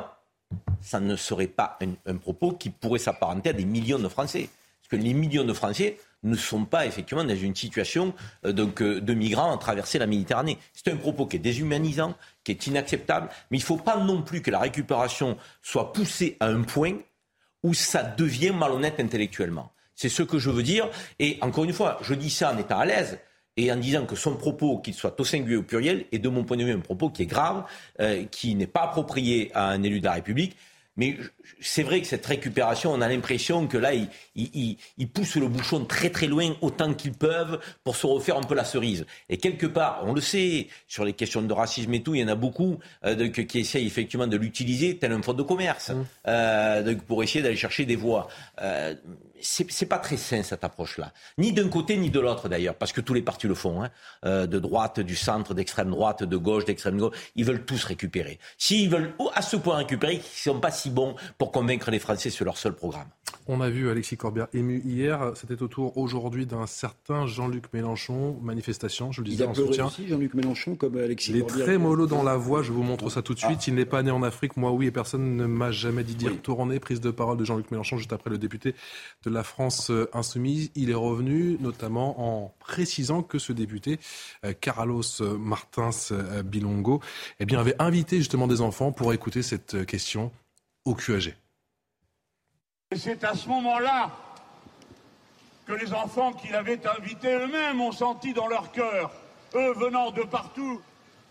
ça ne serait pas un propos qui pourrait s'apparenter à des millions de Français. Parce que les millions de Français ne sont pas effectivement dans une situation de migrants à traverser la Méditerranée. C'est un propos qui est déshumanisant, qui est inacceptable, mais il ne faut pas non plus que la récupération soit poussée à un point où ça devient malhonnête intellectuellement. C'est ce que je veux dire. Et encore une fois, je dis ça en étant à l'aise et en disant que son propos, qu'il soit au singulier ou au pluriel, est de mon point de vue un propos qui est grave, qui n'est pas approprié à un élu de la République. Mais c'est vrai que cette récupération, on a l'impression que là, ils poussent le bouchon très très loin autant qu'ils peuvent pour se refaire un peu la cerise. Et quelque part, on le sait, sur les questions de racisme et tout, il y en a beaucoup qui essayent effectivement de l'utiliser tel un fonds de commerce pour essayer d'aller chercher des voix. C'est pas très sain cette approche-là, ni d'un côté ni de l'autre d'ailleurs, parce que tous les partis le font, de droite, du centre, d'extrême droite, de gauche, d'extrême gauche, ils veulent tous récupérer. S'ils veulent à ce point récupérer, ils ne sont pas si bons pour convaincre les Français sur leur seul programme. On a vu Alexis Corbière ému hier, c'était au tour aujourd'hui d'un certain Jean-Luc Mélenchon, manifestation, je le disais, en soutien. Aussi Jean-Luc Mélenchon comme Alexis Les Corbière. très mollo dans la voix, je vous montre ça tout de suite. Il n'est pas né en Afrique, moi oui, et personne ne m'a jamais dit d'y retourner. Prise de parole de Jean-Luc Mélenchon juste après le député de la France Insoumise. Il est revenu notamment en précisant que ce député, Carlos Martins Bilongo, avait invité justement des enfants pour écouter cette question au QAG. Et c'est à ce moment-là que les enfants qu'il avait invités eux-mêmes ont senti dans leur cœur, eux venant de partout,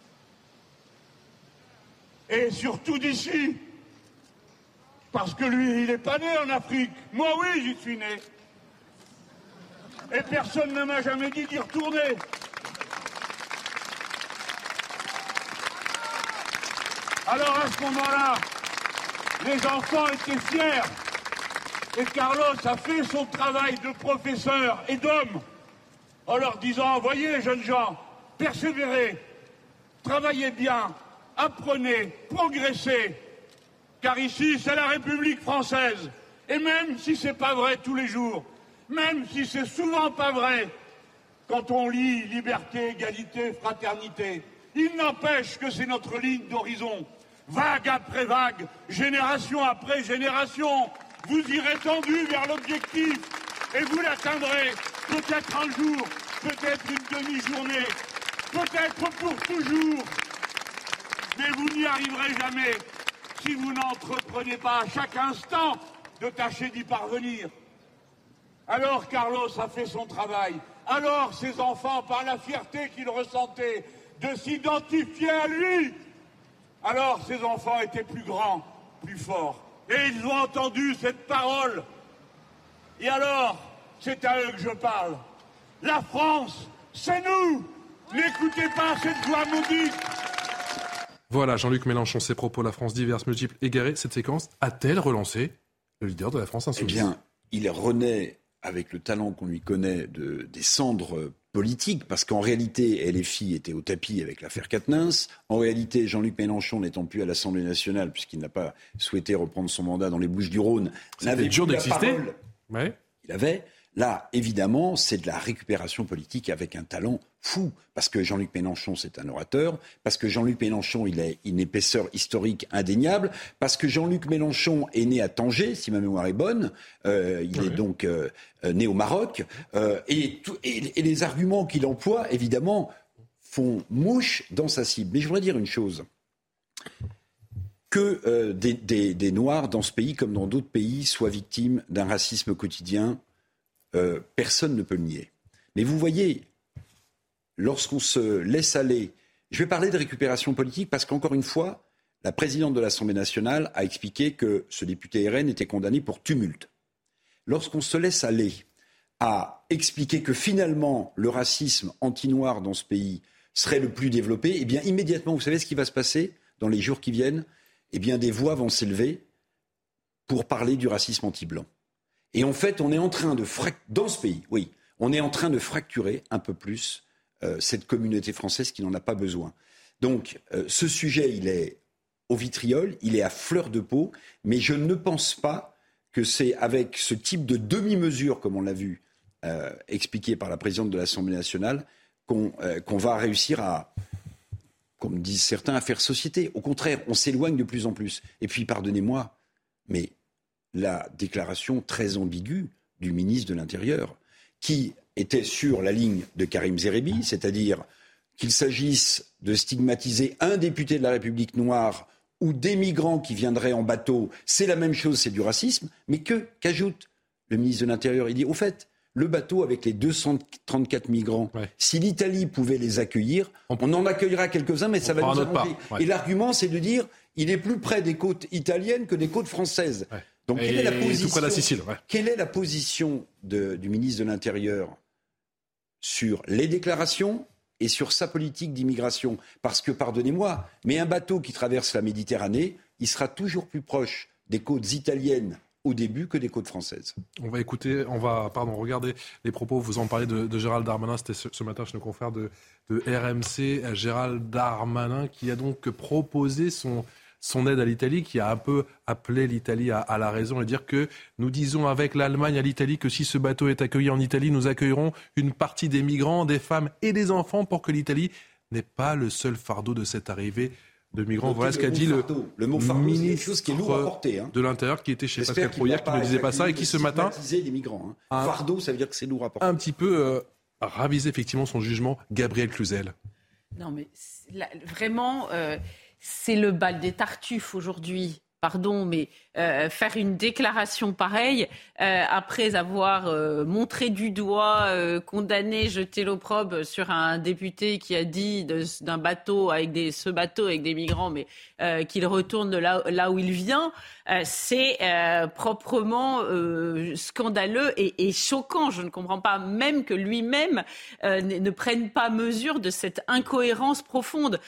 et surtout d'ici, parce que lui, il n'est pas né en Afrique. Moi, oui, j'y suis né. Et personne ne m'a jamais dit d'y retourner. Alors à ce moment-là, les enfants étaient fiers. Et Carlos a fait son travail de professeur et d'homme en leur disant, voyez jeunes gens, persévérez, travaillez bien, apprenez, progressez, car ici c'est la République française. Et même si c'est pas vrai tous les jours, même si c'est souvent pas vrai, quand on lit liberté, égalité, fraternité, il n'empêche que c'est notre ligne d'horizon. Vague après vague, génération après génération, vous irez tendu vers l'objectif et vous l'atteindrez peut-être un jour, peut-être une demi-journée, peut-être pour toujours. Mais vous n'y arriverez jamais si vous n'entreprenez pas à chaque instant de tâcher d'y parvenir. Alors Carlos a fait son travail. Alors ses enfants, par la fierté qu'ils ressentaient de s'identifier à lui, alors ses enfants étaient plus grands, plus forts. Et ils ont entendu cette parole. Et alors, c'est à eux que je parle. La France, c'est nous. N'écoutez pas cette voix maudite. Voilà, Jean-Luc Mélenchon, ses propos, la France diverse, multiple, égarée. Cette séquence a-t-elle relancé le leader de la France Insoumise ? Eh bien, il renaît avec le talent qu'on lui connaît des cendres politiques, parce qu'en réalité, LFI était au tapis avec l'affaire Quatennens. En réalité, Jean-Luc Mélenchon n'étant plus à l'Assemblée nationale, puisqu'il n'a pas souhaité reprendre son mandat dans les Bouches-du-Rhône, n'avait dur d'exister. Ouais. Il avait. Là, évidemment, c'est de la récupération politique avec un talent fou. Parce que Jean-Luc Mélenchon, c'est un orateur. Parce que Jean-Luc Mélenchon, il a une épaisseur historique indéniable. Parce que Jean-Luc Mélenchon est né à Tanger, si ma mémoire est bonne. Il est donc né au Maroc. Et les arguments qu'il emploie, évidemment, font mouche dans sa cible. Mais je voudrais dire une chose. Que des Noirs dans ce pays, comme dans d'autres pays, soient victimes d'un racisme quotidien, personne ne peut le nier. Mais vous voyez, lorsqu'on se laisse aller, je vais parler de récupération politique parce qu'encore une fois, la présidente de l'Assemblée nationale a expliqué que ce député RN était condamné pour tumulte. Lorsqu'on se laisse aller à expliquer que finalement le racisme anti-noir dans ce pays serait le plus développé, eh bien immédiatement, vous savez ce qui va se passer dans les jours qui viennent ? Eh bien des voix vont s'élever pour parler du racisme anti-blanc. Et en fait, on est en train de dans ce pays, oui, on est en train de fracturer un peu plus cette communauté française qui n'en a pas besoin. Donc, ce sujet, il est au vitriol, il est à fleur de peau, mais je ne pense pas que c'est avec ce type de demi-mesure, comme on l'a vu expliqué par la présidente de l'Assemblée nationale, qu'on va réussir à comme disent certains, à faire société. Au contraire, on s'éloigne de plus en plus. Et puis, pardonnez-moi, mais la déclaration très ambiguë du ministre de l'Intérieur, qui était sur la ligne de Karim Zeribi, c'est-à-dire qu'il s'agisse de stigmatiser un député de la République noire ou des migrants qui viendraient en bateau, c'est la même chose, c'est du racisme, mais qu'ajoute le ministre de l'Intérieur? Il dit, au fait, le bateau avec les 234 migrants, si l'Italie pouvait les accueillir, on en accueillera quelques-uns, mais ça va nous arranger. Et l'argument, c'est de dire, il est plus près des côtes italiennes que des côtes françaises. Ouais. Donc, quelle est la position, tout près de la Sicile, quelle est la position du ministre de l'Intérieur sur les déclarations et sur sa politique d'immigration? Parce que, pardonnez-moi, mais un bateau qui traverse la Méditerranée, il sera toujours plus proche des côtes italiennes au début que des côtes françaises. On va regarder les propos. Vous en parlez de Gérald Darmanin. C'était ce matin chez nos confrères de RMC. Gérald Darmanin qui a donc proposé son aide à l'Italie, qui a un peu appelé l'Italie à la raison et dire que nous disons avec l'Allemagne à l'Italie que si ce bateau est accueilli en Italie, nous accueillerons une partie des migrants, des femmes et des enfants pour que l'Italie n'ait pas le seul fardeau de cette arrivée de migrants. Voilà ce qu'a dit le ministre qui est lourd à porter, de l'Intérieur, qui était chez Pascal Prouillard, qui ne disait pas ça et qui ce matin les migrants, fardeau, ça veut dire que c'est lourd à porter. Un petit peu ravisé effectivement son jugement, Gabriel Cluzel. Non mais vraiment, c'est le bal des Tartuffes aujourd'hui. Pardon, mais faire une déclaration pareille après avoir montré du doigt, condamné, jeté l'opprobre sur un député qui a dit d'un bateau avec des migrants, mais qu'il retourne de là où il vient, c'est proprement scandaleux et choquant. Je ne comprends pas même que lui-même ne prenne pas mesure de cette incohérence profonde.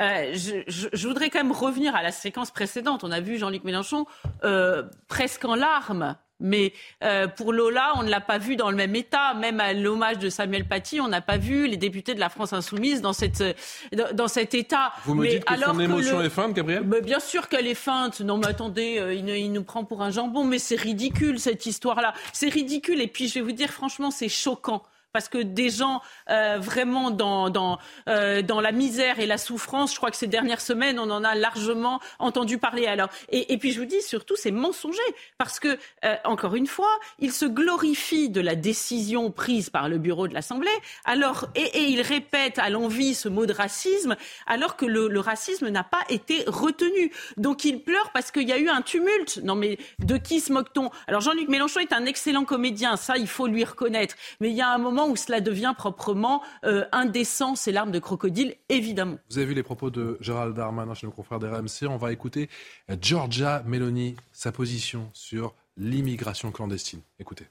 Je voudrais quand même revenir à la séquence précédente. On a vu Jean-Luc Mélenchon presque en larmes. Mais pour Lola, on ne l'a pas vu dans le même état. Même à l'hommage de Samuel Paty, on n'a pas vu les députés de la France Insoumise dans cet état. Vous me dites que son émotion est feinte, Gabriel ? Mais bien sûr qu'elle est feinte. Non mais attendez, il nous prend pour un jambon. Mais c'est ridicule cette histoire-là. C'est ridicule. Et puis je vais vous dire franchement, c'est choquant. Parce que des gens vraiment dans la misère et la souffrance, je crois que ces dernières semaines, on en a largement entendu parler. Alors, et puis je vous dis surtout, c'est mensonger. Parce que, encore une fois, il se glorifie de la décision prise par le bureau de l'Assemblée, alors, et il répète à l'envi ce mot de racisme, alors que le racisme n'a pas été retenu. Donc il pleure parce qu'il y a eu un tumulte. Non mais de qui se moque-t-on ? Alors Jean-Luc Mélenchon est un excellent comédien, ça il faut lui reconnaître. Mais il y a un moment où cela devient proprement indécent, ces larmes de crocodile, évidemment. Vous avez vu les propos de Gérald Darmanin chez nos confrères de RMC. On va écouter Giorgia Meloni, sa position sur l'immigration clandestine. Écoutez.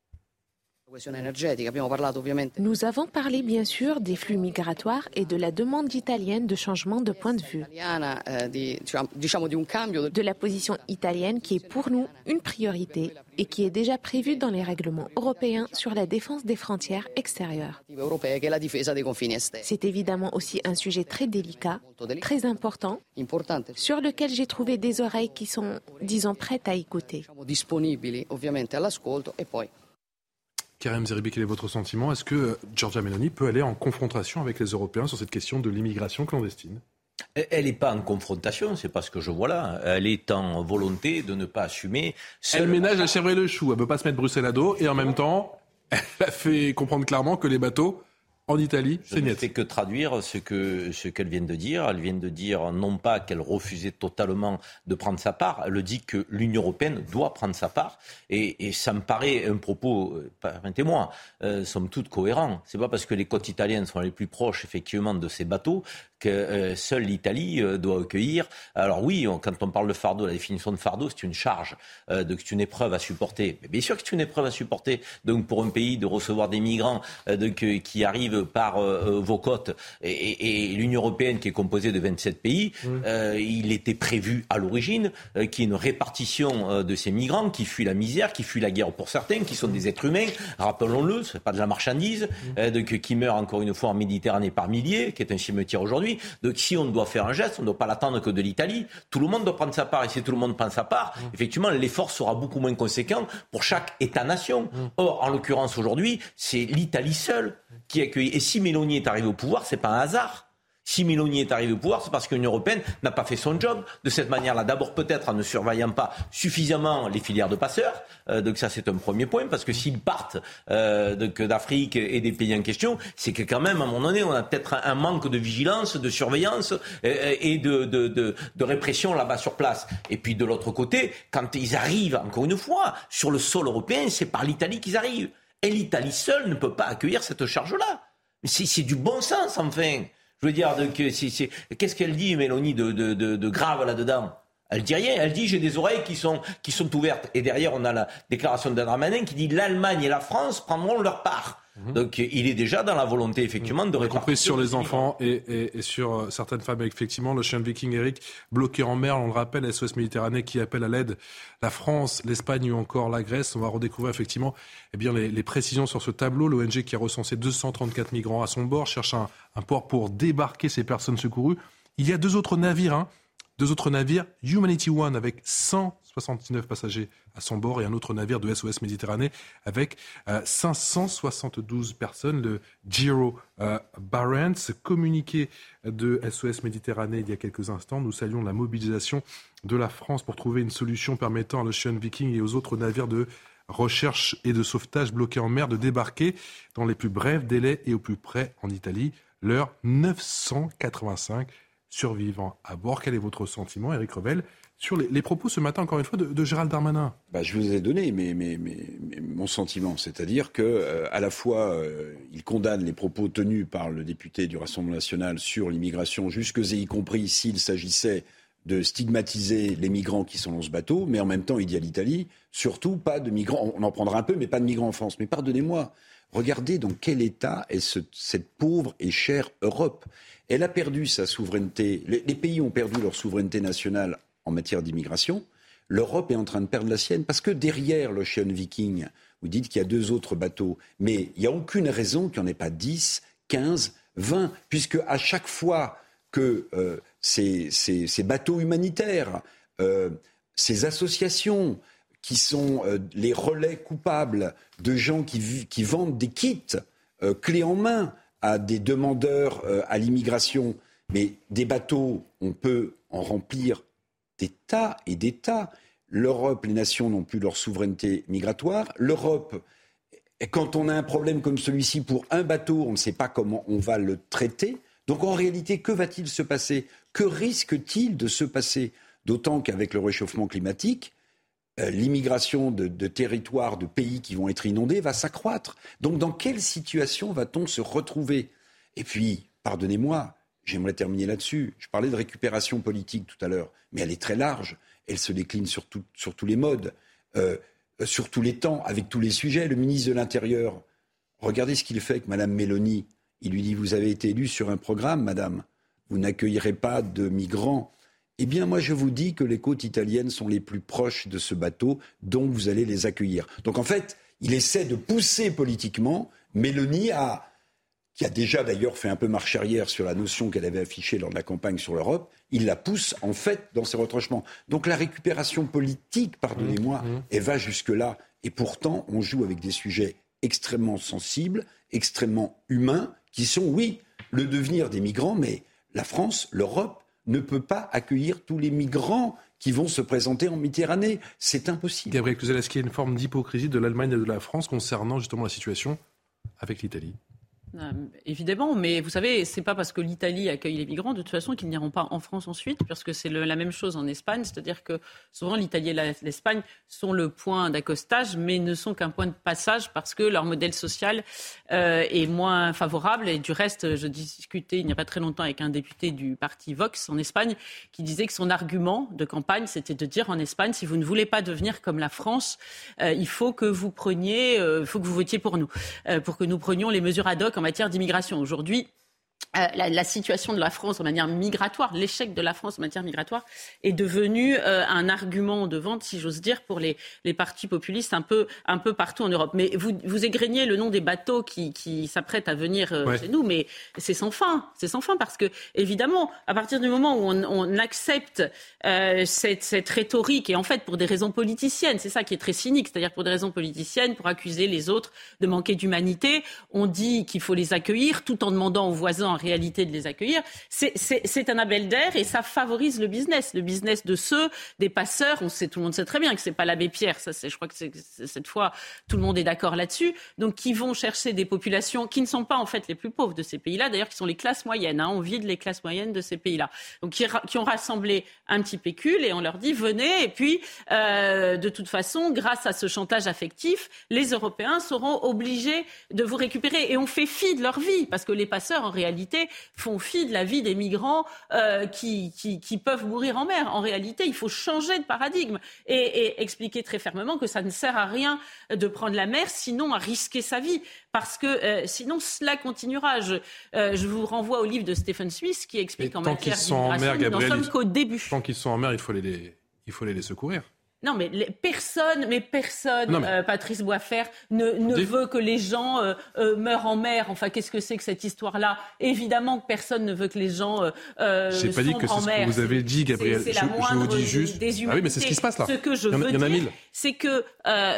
Nous avons parlé bien sûr des flux migratoires et de la demande italienne de changement de point de vue. De la position italienne qui est pour nous une priorité et qui est déjà prévue dans les règlements européens sur la défense des frontières extérieures. C'est évidemment aussi un sujet très délicat, très important, sur lequel j'ai trouvé des oreilles qui sont, disons, prêtes à écouter. Karim Zeribi, quel est votre sentiment ? Est-ce que Giorgia Meloni peut aller en confrontation avec les Européens sur cette question de l'immigration clandestine ? Elle n'est pas en confrontation, c'est pas ce que je vois là. Elle est en volonté de ne pas assumer. Elle ménage la chèvre et le chou. Elle ne veut pas se mettre Bruxelles à dos et en même temps, elle a fait comprendre clairement que les bateaux en Italie, c'est net. Je ne fais que traduire ce qu'elle vient de dire. Elle vient de dire non pas qu'elle refusait totalement de prendre sa part, elle dit que l'Union européenne doit prendre sa part. Et ça me paraît un propos, permettez-moi, somme toute cohérent. C'est pas parce que les côtes italiennes sont les plus proches effectivement de ces bateaux que seule l'Italie doit accueillir. Alors oui, quand on parle de fardeau, la définition de fardeau, c'est une charge, c'est une épreuve à supporter. Mais bien sûr que c'est une épreuve à supporter. Donc pour un pays de recevoir des migrants qui arrivent par vos côtes et l'Union européenne qui est composée de 27 pays, il était prévu à l'origine qu'il y ait une répartition de ces migrants qui fuient la misère, qui fuient la guerre pour certains, qui sont des êtres humains, rappelons-le, ce n'est pas de la marchandise, qui meurent encore une fois en Méditerranée par milliers, qui est un cimetière aujourd'hui. Donc si on doit faire un geste, on ne doit pas l'attendre que de l'Italie. Tout le monde doit prendre sa part. Et si tout le monde prend sa part, effectivement, l'effort sera beaucoup moins conséquent pour chaque État-nation. Or, en l'occurrence, aujourd'hui, c'est l'Italie seule qui accueille. Et si Meloni est arrivée au pouvoir, c'est pas un hasard. Si Meloni est arrivée au pouvoir, c'est parce que l'Union européenne n'a pas fait son job de cette manière-là. D'abord, peut-être en ne surveillant pas suffisamment les filières de passeurs. Donc ça, c'est un premier point, parce que s'ils partent d'Afrique et des pays en question, c'est que quand même, à un moment donné, on a peut-être un manque de vigilance, de surveillance et de répression là-bas sur place. Et puis de l'autre côté, quand ils arrivent, encore une fois, sur le sol européen, c'est par l'Italie qu'ils arrivent. Et l'Italie seule ne peut pas accueillir cette charge-là. C'est du bon sens, enfin. Je veux dire, qu'est-ce qu'elle dit, Meloni, de grave là-dedans ? Elle dit rien. Elle dit, j'ai des oreilles qui sont ouvertes. Et derrière, on a la déclaration de Darmanin qui dit, l'Allemagne et la France prendront leur part. Donc il est déjà dans la volonté, effectivement, de répartir. Compris sur les enfants et sur certaines femmes. Effectivement, l'Ocean Viking, Eric, bloqué en mer, on le rappelle, SOS Méditerranée qui appelle à l'aide la France, l'Espagne ou encore la Grèce. On va redécouvrir effectivement les précisions sur ce tableau. L'ONG qui a recensé 234 migrants à son bord cherche un port pour débarquer ces personnes secourues. Il y a deux autres navires, Humanity One avec 179 passagers à son bord et un autre navire de SOS Méditerranée avec 572 personnes, le Giro Barents. Communiqué de SOS Méditerranée il y a quelques instants, nous saluons la mobilisation de la France pour trouver une solution permettant à l'Ocean Viking et aux autres navires de recherche et de sauvetage bloqués en mer de débarquer dans les plus brefs délais et au plus près en Italie. L'heure 985 survivants à bord. Quel est votre sentiment, Éric Revel, sur les propos ce matin, encore une fois, de Gérald Darmanin? Je vous ai donné mon sentiment, c'est-à-dire que à la fois il condamne les propos tenus par le député du Rassemblement national sur l'immigration, jusque et y compris s'il s'agissait de stigmatiser les migrants qui sont dans ce bateau, mais en même temps il dit à l'Italie, surtout pas de migrants, on en prendra un peu, mais pas de migrants en France. Mais pardonnez-moi, regardez dans quel état est cette pauvre et chère Europe. Elle a perdu sa souveraineté, les pays ont perdu leur souveraineté nationale en matière d'immigration. L'Europe est en train de perdre la sienne, parce que derrière l'Ocean Viking, vous dites qu'il y a deux autres bateaux, mais il n'y a aucune raison qu'il n'y en ait pas 10, 15, 20, puisque à chaque fois que ces bateaux humanitaires, ces associations qui sont les relais coupables de gens qui vendent des kits clés en main à des demandeurs à l'immigration, mais des bateaux, on peut en remplir des tas et des tas. L'Europe, les nations n'ont plus leur souveraineté migratoire. L'Europe, quand on a un problème comme celui-ci pour un bateau, on ne sait pas comment on va le traiter. Donc en réalité, que va-t-il se passer ? Que risque-t-il de se passer ? D'autant qu'avec le réchauffement climatique, l'immigration de territoires, de pays qui vont être inondés va s'accroître. Donc dans quelle situation va-t-on se retrouver ? Et puis, pardonnez-moi, j'aimerais terminer là-dessus. Je parlais de récupération politique tout à l'heure, mais elle est très large. Elle se décline sur tous les modes, sur tous les temps, avec tous les sujets. Le ministre de l'Intérieur, regardez ce qu'il fait avec Mme Meloni. Il lui dit, vous avez été élue sur un programme, madame. Vous n'accueillerez pas de migrants. Eh bien, moi, je vous dis que les côtes italiennes sont les plus proches de ce bateau, donc vous allez les accueillir. Donc, en fait, il essaie de pousser politiquement. Meloni qui a déjà d'ailleurs fait un peu marche arrière sur la notion qu'elle avait affichée lors de la campagne sur l'Europe, il la pousse en fait dans ses retranchements. Donc la récupération politique, pardonnez-moi, elle va jusque-là. Et pourtant, on joue avec des sujets extrêmement sensibles, extrêmement humains, qui sont, oui, le devenir des migrants, mais la France, l'Europe, ne peut pas accueillir tous les migrants qui vont se présenter en Méditerranée. C'est impossible. Gabriel Cluzel, est-ce qu'il y a une forme d'hypocrisie de l'Allemagne et de la France concernant justement la situation avec l'Italie ? Évidemment, mais vous savez, c'est pas parce que l'Italie accueille les migrants de toute façon qu'ils n'iront pas en France ensuite, parce que c'est la même chose en Espagne, c'est-à-dire que souvent l'Italie et l'Espagne sont le point d'accostage, mais ne sont qu'un point de passage parce que leur modèle social est moins favorable. Et du reste, je discutais il n'y a pas très longtemps avec un député du parti Vox en Espagne qui disait que son argument de campagne, c'était de dire en Espagne, si vous ne voulez pas devenir comme la France, il faut que vous votiez pour nous, pour que nous prenions les mesures ad hoc en matière d'immigration. Aujourd'hui, la situation de la France en matière migratoire, l'échec de la France en matière migratoire est devenu un argument de vente, si j'ose dire, pour les partis populistes un peu partout en Europe. Mais vous égreignez le nom des bateaux qui s'apprêtent à venir chez nous, mais c'est sans fin. C'est sans fin parce que, évidemment, à partir du moment où on accepte cette rhétorique, et en fait pour des raisons politiciennes, c'est ça qui est très cynique, c'est-à-dire pour des raisons politiciennes, pour accuser les autres de manquer d'humanité, on dit qu'il faut les accueillir tout en demandant aux voisins en réalité de les accueillir. C'est un appel d'air et ça favorise le business des passeurs. Tout le monde sait très bien que c'est pas l'abbé Pierre. Je crois que cette fois tout le monde est d'accord là-dessus. Donc qui vont chercher des populations qui ne sont pas en fait les plus pauvres de ces pays-là, d'ailleurs qui sont les classes moyennes. On vide les classes moyennes de ces pays-là. Donc qui ont rassemblé un petit pécule et on leur dit venez et puis de toute façon grâce à ce chantage affectif, les Européens seront obligés de vous récupérer et on fait fi de leur vie parce que les passeurs en réalité font fi de la vie des migrants qui peuvent mourir en mer. En réalité, il faut changer de paradigme et expliquer très fermement que ça ne sert à rien de prendre la mer, sinon à risquer sa vie. Parce que sinon, cela continuera. Je vous renvoie au livre de Stephen Smith qui explique qu'en matière d'immigration, nous n'en sommes qu'au début. Tant qu'ils sont en mer, il faut les secourir. Non, mais personne, Patrice Boisfer, ne veut que les gens meurent en mer. Enfin, qu'est-ce que c'est que cette histoire-là ? Évidemment que personne ne veut que les gens sombrent en mer. J'ai pas dit que c'est ce que vous avez dit, Gabriel. Je vous dis juste. Ah oui, mais c'est ce qui se passe là. Ce que je veux dire, c'est que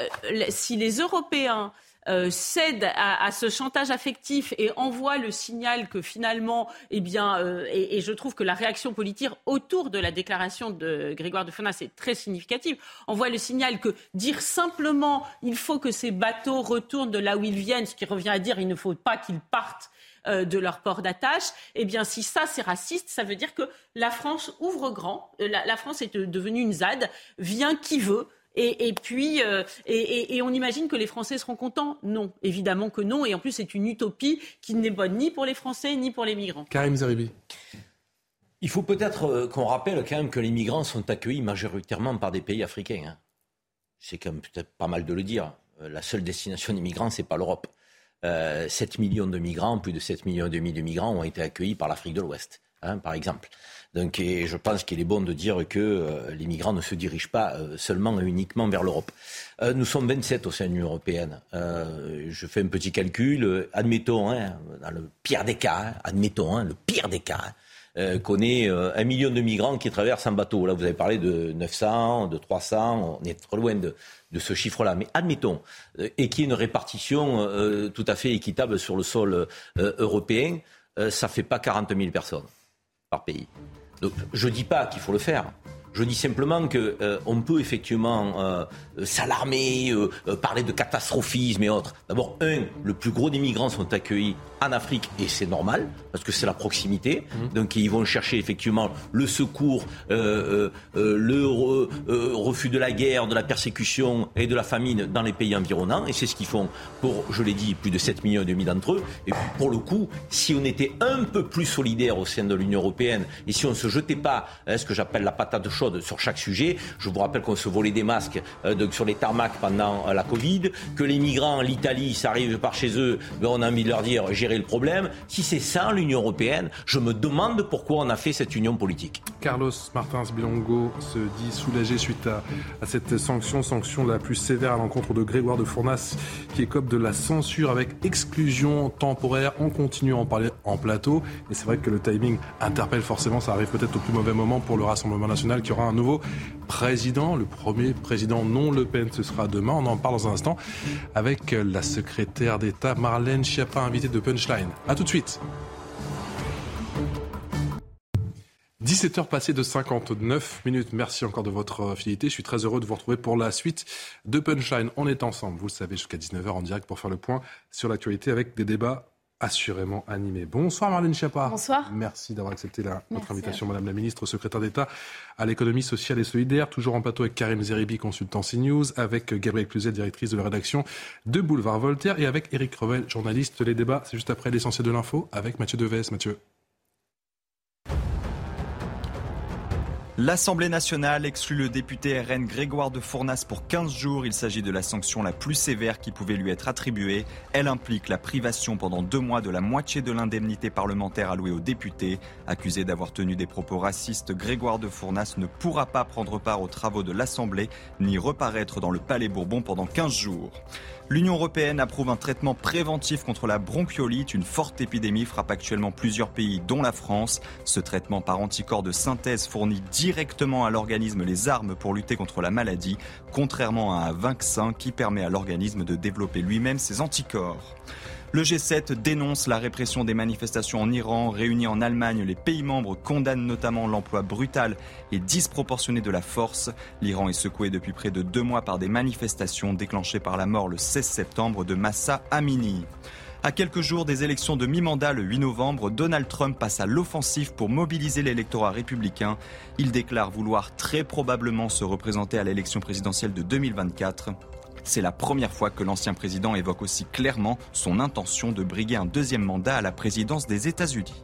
si les Européens cède à ce chantage affectif et envoie le signal que finalement, et je trouve que la réaction politique autour de la déclaration de Grégoire de Furnas est très significative, envoie le signal que dire simplement il faut que ces bateaux retournent de là où ils viennent, ce qui revient à dire il ne faut pas qu'ils partent de leur port d'attache, si ça c'est raciste, ça veut dire que la France ouvre grand, la France est devenue une ZAD, vient qui veut. Et puis, on imagine que les Français seront contents ? Non, évidemment que non. Et en plus, c'est une utopie qui n'est bonne ni pour les Français, ni pour les migrants. Karim Zeribi. Il faut peut-être qu'on rappelle quand même que les migrants sont accueillis majoritairement par des pays africains. C'est quand même peut-être pas mal de le dire. La seule destination des migrants, c'est pas l'Europe. 7 millions de migrants, plus de 7,5 millions de migrants ont été accueillis par l'Afrique de l'Ouest, par exemple. Donc, et je pense qu'il est bon de dire que les migrants ne se dirigent pas seulement et uniquement vers l'Europe. Nous sommes 27 au sein de l'Union européenne. Je fais un petit calcul. Admettons, dans le pire des cas, qu'on ait 1 million de migrants qui traversent en bateau. Là, vous avez parlé de 900, de 300. On est trop loin de ce chiffre-là. Mais admettons, et qu'il y ait une répartition tout à fait équitable sur le sol européen, ça ne fait pas 40 000 personnes par pays. Donc, je ne dis pas qu'il faut le faire. Je dis simplement qu'on peut effectivement s'alarmer, parler de catastrophisme et autres. D'abord, le plus gros des migrants sont accueillis en Afrique et c'est normal parce que c'est la proximité. Donc ils vont chercher effectivement le secours, le refus de la guerre, de la persécution et de la famine dans les pays environnants. Et c'est ce qu'ils font pour, je l'ai dit, plus de 7,5 millions d'entre eux. Et puis pour le coup, si on était un peu plus solidaire au sein de l'Union européenne et si on ne se jetait pas ce que j'appelle la patate chaude sur chaque sujet, je vous rappelle qu'on se volait des masques sur les tarmacs pendant la Covid, que les migrants, l'Italie, ça arrive par chez eux, mais on a envie de leur dire gérer le problème. Si c'est ça l'Union européenne, je me demande pourquoi on a fait cette union politique. Carlos Martins Bilongo se dit soulagé suite à cette sanction la plus sévère à l'encontre de Grégoire de Fournas qui écope de la censure avec exclusion temporaire. On continue à en parler en plateau et c'est vrai que le timing interpelle forcément, ça arrive peut-être au plus mauvais moment pour le Rassemblement national qui aura un nouveau président, le premier président non Le Pen, ce sera demain. On en parle dans un instant avec la secrétaire d'État Marlène Schiappa, invitée de Punchline. A tout de suite. 17h passées de 59 minutes. Merci encore de votre fidélité. Je suis très heureux de vous retrouver pour la suite de Punchline. On est ensemble, vous le savez, jusqu'à 19h en direct pour faire le point sur l'actualité avec des débats assurément animés. Bonsoir Marlène Schiappa. Bonsoir. Merci d'avoir accepté notre invitation, Madame la Ministre, secrétaire d'État à l'économie sociale et solidaire. Toujours en plateau avec Karim Zeribi, consultant CNews, avec Gabrielle Cluzet, directrice de la rédaction de Boulevard Voltaire, et avec Éric Revel, journaliste. Les débats, c'est juste après l'essentiel de l'info avec Mathieu Devez. Mathieu. L'Assemblée nationale exclut le député RN Grégoire de Fournas pour 15 jours. Il s'agit de la sanction la plus sévère qui pouvait lui être attribuée. Elle implique la privation pendant 2 mois de la moitié de l'indemnité parlementaire allouée aux députés. Accusé d'avoir tenu des propos racistes, Grégoire de Fournas ne pourra pas prendre part aux travaux de l'Assemblée ni reparaître dans le Palais Bourbon pendant 15 jours. L'Union européenne approuve un traitement préventif contre la bronchiolite. Une forte épidémie frappe actuellement plusieurs pays, dont la France. Ce traitement par anticorps de synthèse fournit directement à l'organisme les armes pour lutter contre la maladie, contrairement à un vaccin qui permet à l'organisme de développer lui-même ses anticorps. Le G7 dénonce la répression des manifestations en Iran. Réunis en Allemagne, les pays membres condamnent notamment l'emploi brutal et disproportionné de la force. L'Iran est secoué depuis près de 2 mois par des manifestations déclenchées par la mort le 16 septembre de Mahsa Amini. À quelques jours des élections de mi-mandat le 8 novembre, Donald Trump passe à l'offensive pour mobiliser l'électorat républicain. Il déclare vouloir très probablement se représenter à l'élection présidentielle de 2024. C'est la première fois que l'ancien président évoque aussi clairement son intention de briguer un 2e mandat à la présidence des États-Unis.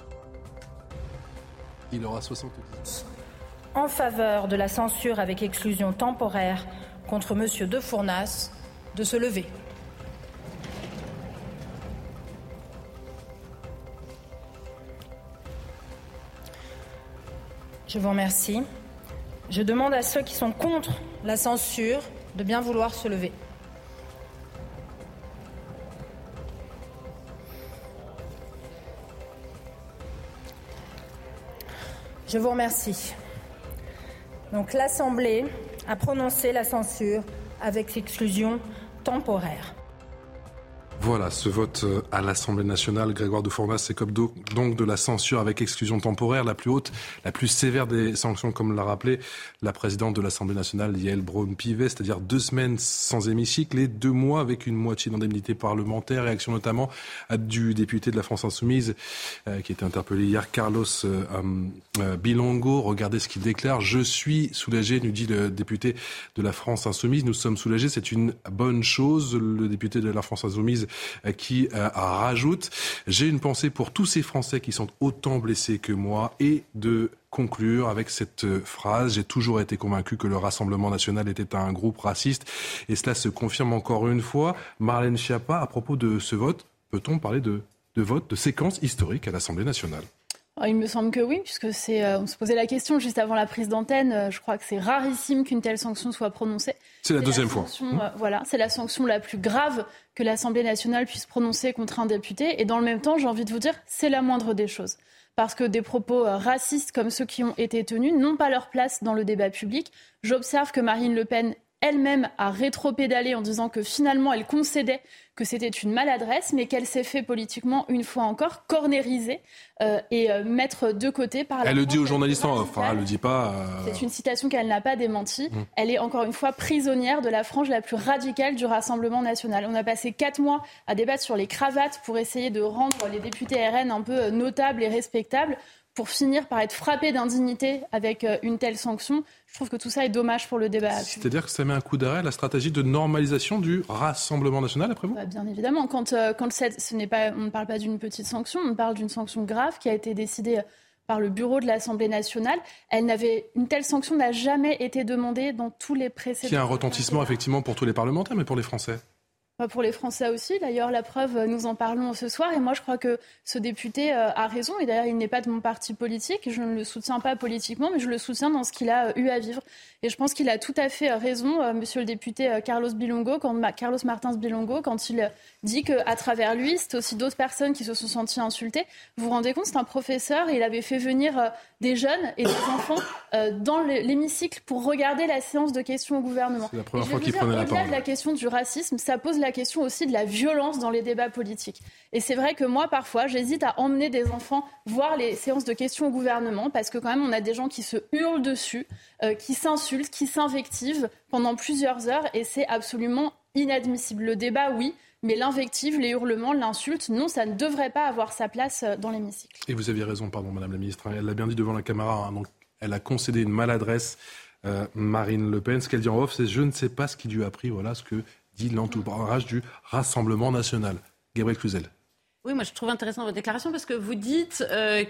Il aura 70. En faveur de la censure avec exclusion temporaire contre M. De Fournas, de se lever. Je vous remercie. Je demande à ceux qui sont contre la censure de bien vouloir se lever. Je vous remercie. Donc l'Assemblée a prononcé la censure avec exclusion temporaire. Voilà, ce vote à l'Assemblée nationale, Grégoire de Fournas s'écope donc de la censure avec exclusion temporaire, la plus haute, la plus sévère des sanctions, comme l'a rappelé la présidente de l'Assemblée nationale, Yael Braun-Pivet, c'est-à-dire 2 semaines sans hémicycle et 2 mois avec une moitié d'indemnité parlementaire. Réaction notamment du député de la France Insoumise qui était interpellé hier, Carlos Bilongo. Regardez ce qu'il déclare. « Je suis soulagé », nous dit le député de la France Insoumise. « Nous sommes soulagés, c'est une bonne chose ». Le député de la France Insoumise qui rajoute « J'ai une pensée pour tous ces Français qui sont autant blessés que moi » et de conclure avec cette phrase « J'ai toujours été convaincu que le Rassemblement national était un groupe raciste » et cela se confirme encore une fois. Marlène Schiappa, à propos de ce vote, peut-on parler de vote, de séquence historique à l'Assemblée nationale ? Il me semble que oui, puisque on se posait la question juste avant la prise d'antenne. Je crois que c'est rarissime qu'une telle sanction soit prononcée. C'est la deuxième fois. Voilà, c'est la sanction la plus grave que l'Assemblée nationale puisse prononcer contre un député. Et dans le même temps, j'ai envie de vous dire, c'est la moindre des choses. Parce que des propos racistes comme ceux qui ont été tenus n'ont pas leur place dans le débat public. J'observe que Marine Le Pen elle-même a rétropédalé en disant que finalement elle concédait que c'était une maladresse, mais qu'elle s'est fait politiquement, une fois encore, cornériser et mettre de côté par la... Elle le dit aux journalistes en off, elle le dit pas... C'est une citation qu'elle n'a pas démentie. Elle est encore une fois prisonnière de la frange la plus radicale du Rassemblement national. On a passé 4 mois à débattre sur les cravates pour essayer de rendre les députés RN un peu notables et respectables, pour finir par être frappé d'indignité avec une telle sanction. Je trouve que tout ça est dommage pour le débat. C'est-à-dire que ça met un coup d'arrêt à la stratégie de normalisation du Rassemblement national, après vous ? Bien évidemment. Quand on ne parle pas d'une petite sanction, on parle d'une sanction grave qui a été décidée par le bureau de l'Assemblée nationale. Une telle sanction n'a jamais été demandée dans tous les précédents... Qui a un retentissement effectivement pour tous les parlementaires, mais pour les Français ? Pour les Français aussi. D'ailleurs, la preuve, nous en parlons ce soir. Et moi, je crois que ce député a raison. Et d'ailleurs, il n'est pas de mon parti politique. Je ne le soutiens pas politiquement, mais je le soutiens dans ce qu'il a eu à vivre. Et je pense qu'il a tout à fait raison, monsieur le député Carlos Martins Bilongo, quand il dit qu'à travers lui, c'est aussi d'autres personnes qui se sont senties insultées. Vous vous rendez compte, c'est un professeur et il avait fait venir des jeunes et des enfants dans l'hémicycle pour regarder la séance de questions au gouvernement. C'est la première fois qu'il prenait la parole. Au-delà de la question du racisme, ça pose la question aussi de la violence dans les débats politiques. Et c'est vrai que moi, parfois, j'hésite à emmener des enfants voir les séances de questions au gouvernement parce que quand même, on a des gens qui se hurlent dessus, qui s'insultent, qui s'invectivent pendant plusieurs heures et c'est absolument inadmissible. Le débat, oui, mais l'invective, les hurlements, l'insulte, non, ça ne devrait pas avoir sa place dans l'hémicycle. Et vous aviez raison, Madame la Ministre, elle l'a bien dit devant la caméra, donc elle a concédé une maladresse, Marine Le Pen. Ce qu'elle dit en off, c'est « je ne sais pas ce qui lui a pris », voilà ce que dit l'entourage du Rassemblement national. Gabriel Cluzel. Oui, moi je trouve intéressant votre déclaration parce que vous dites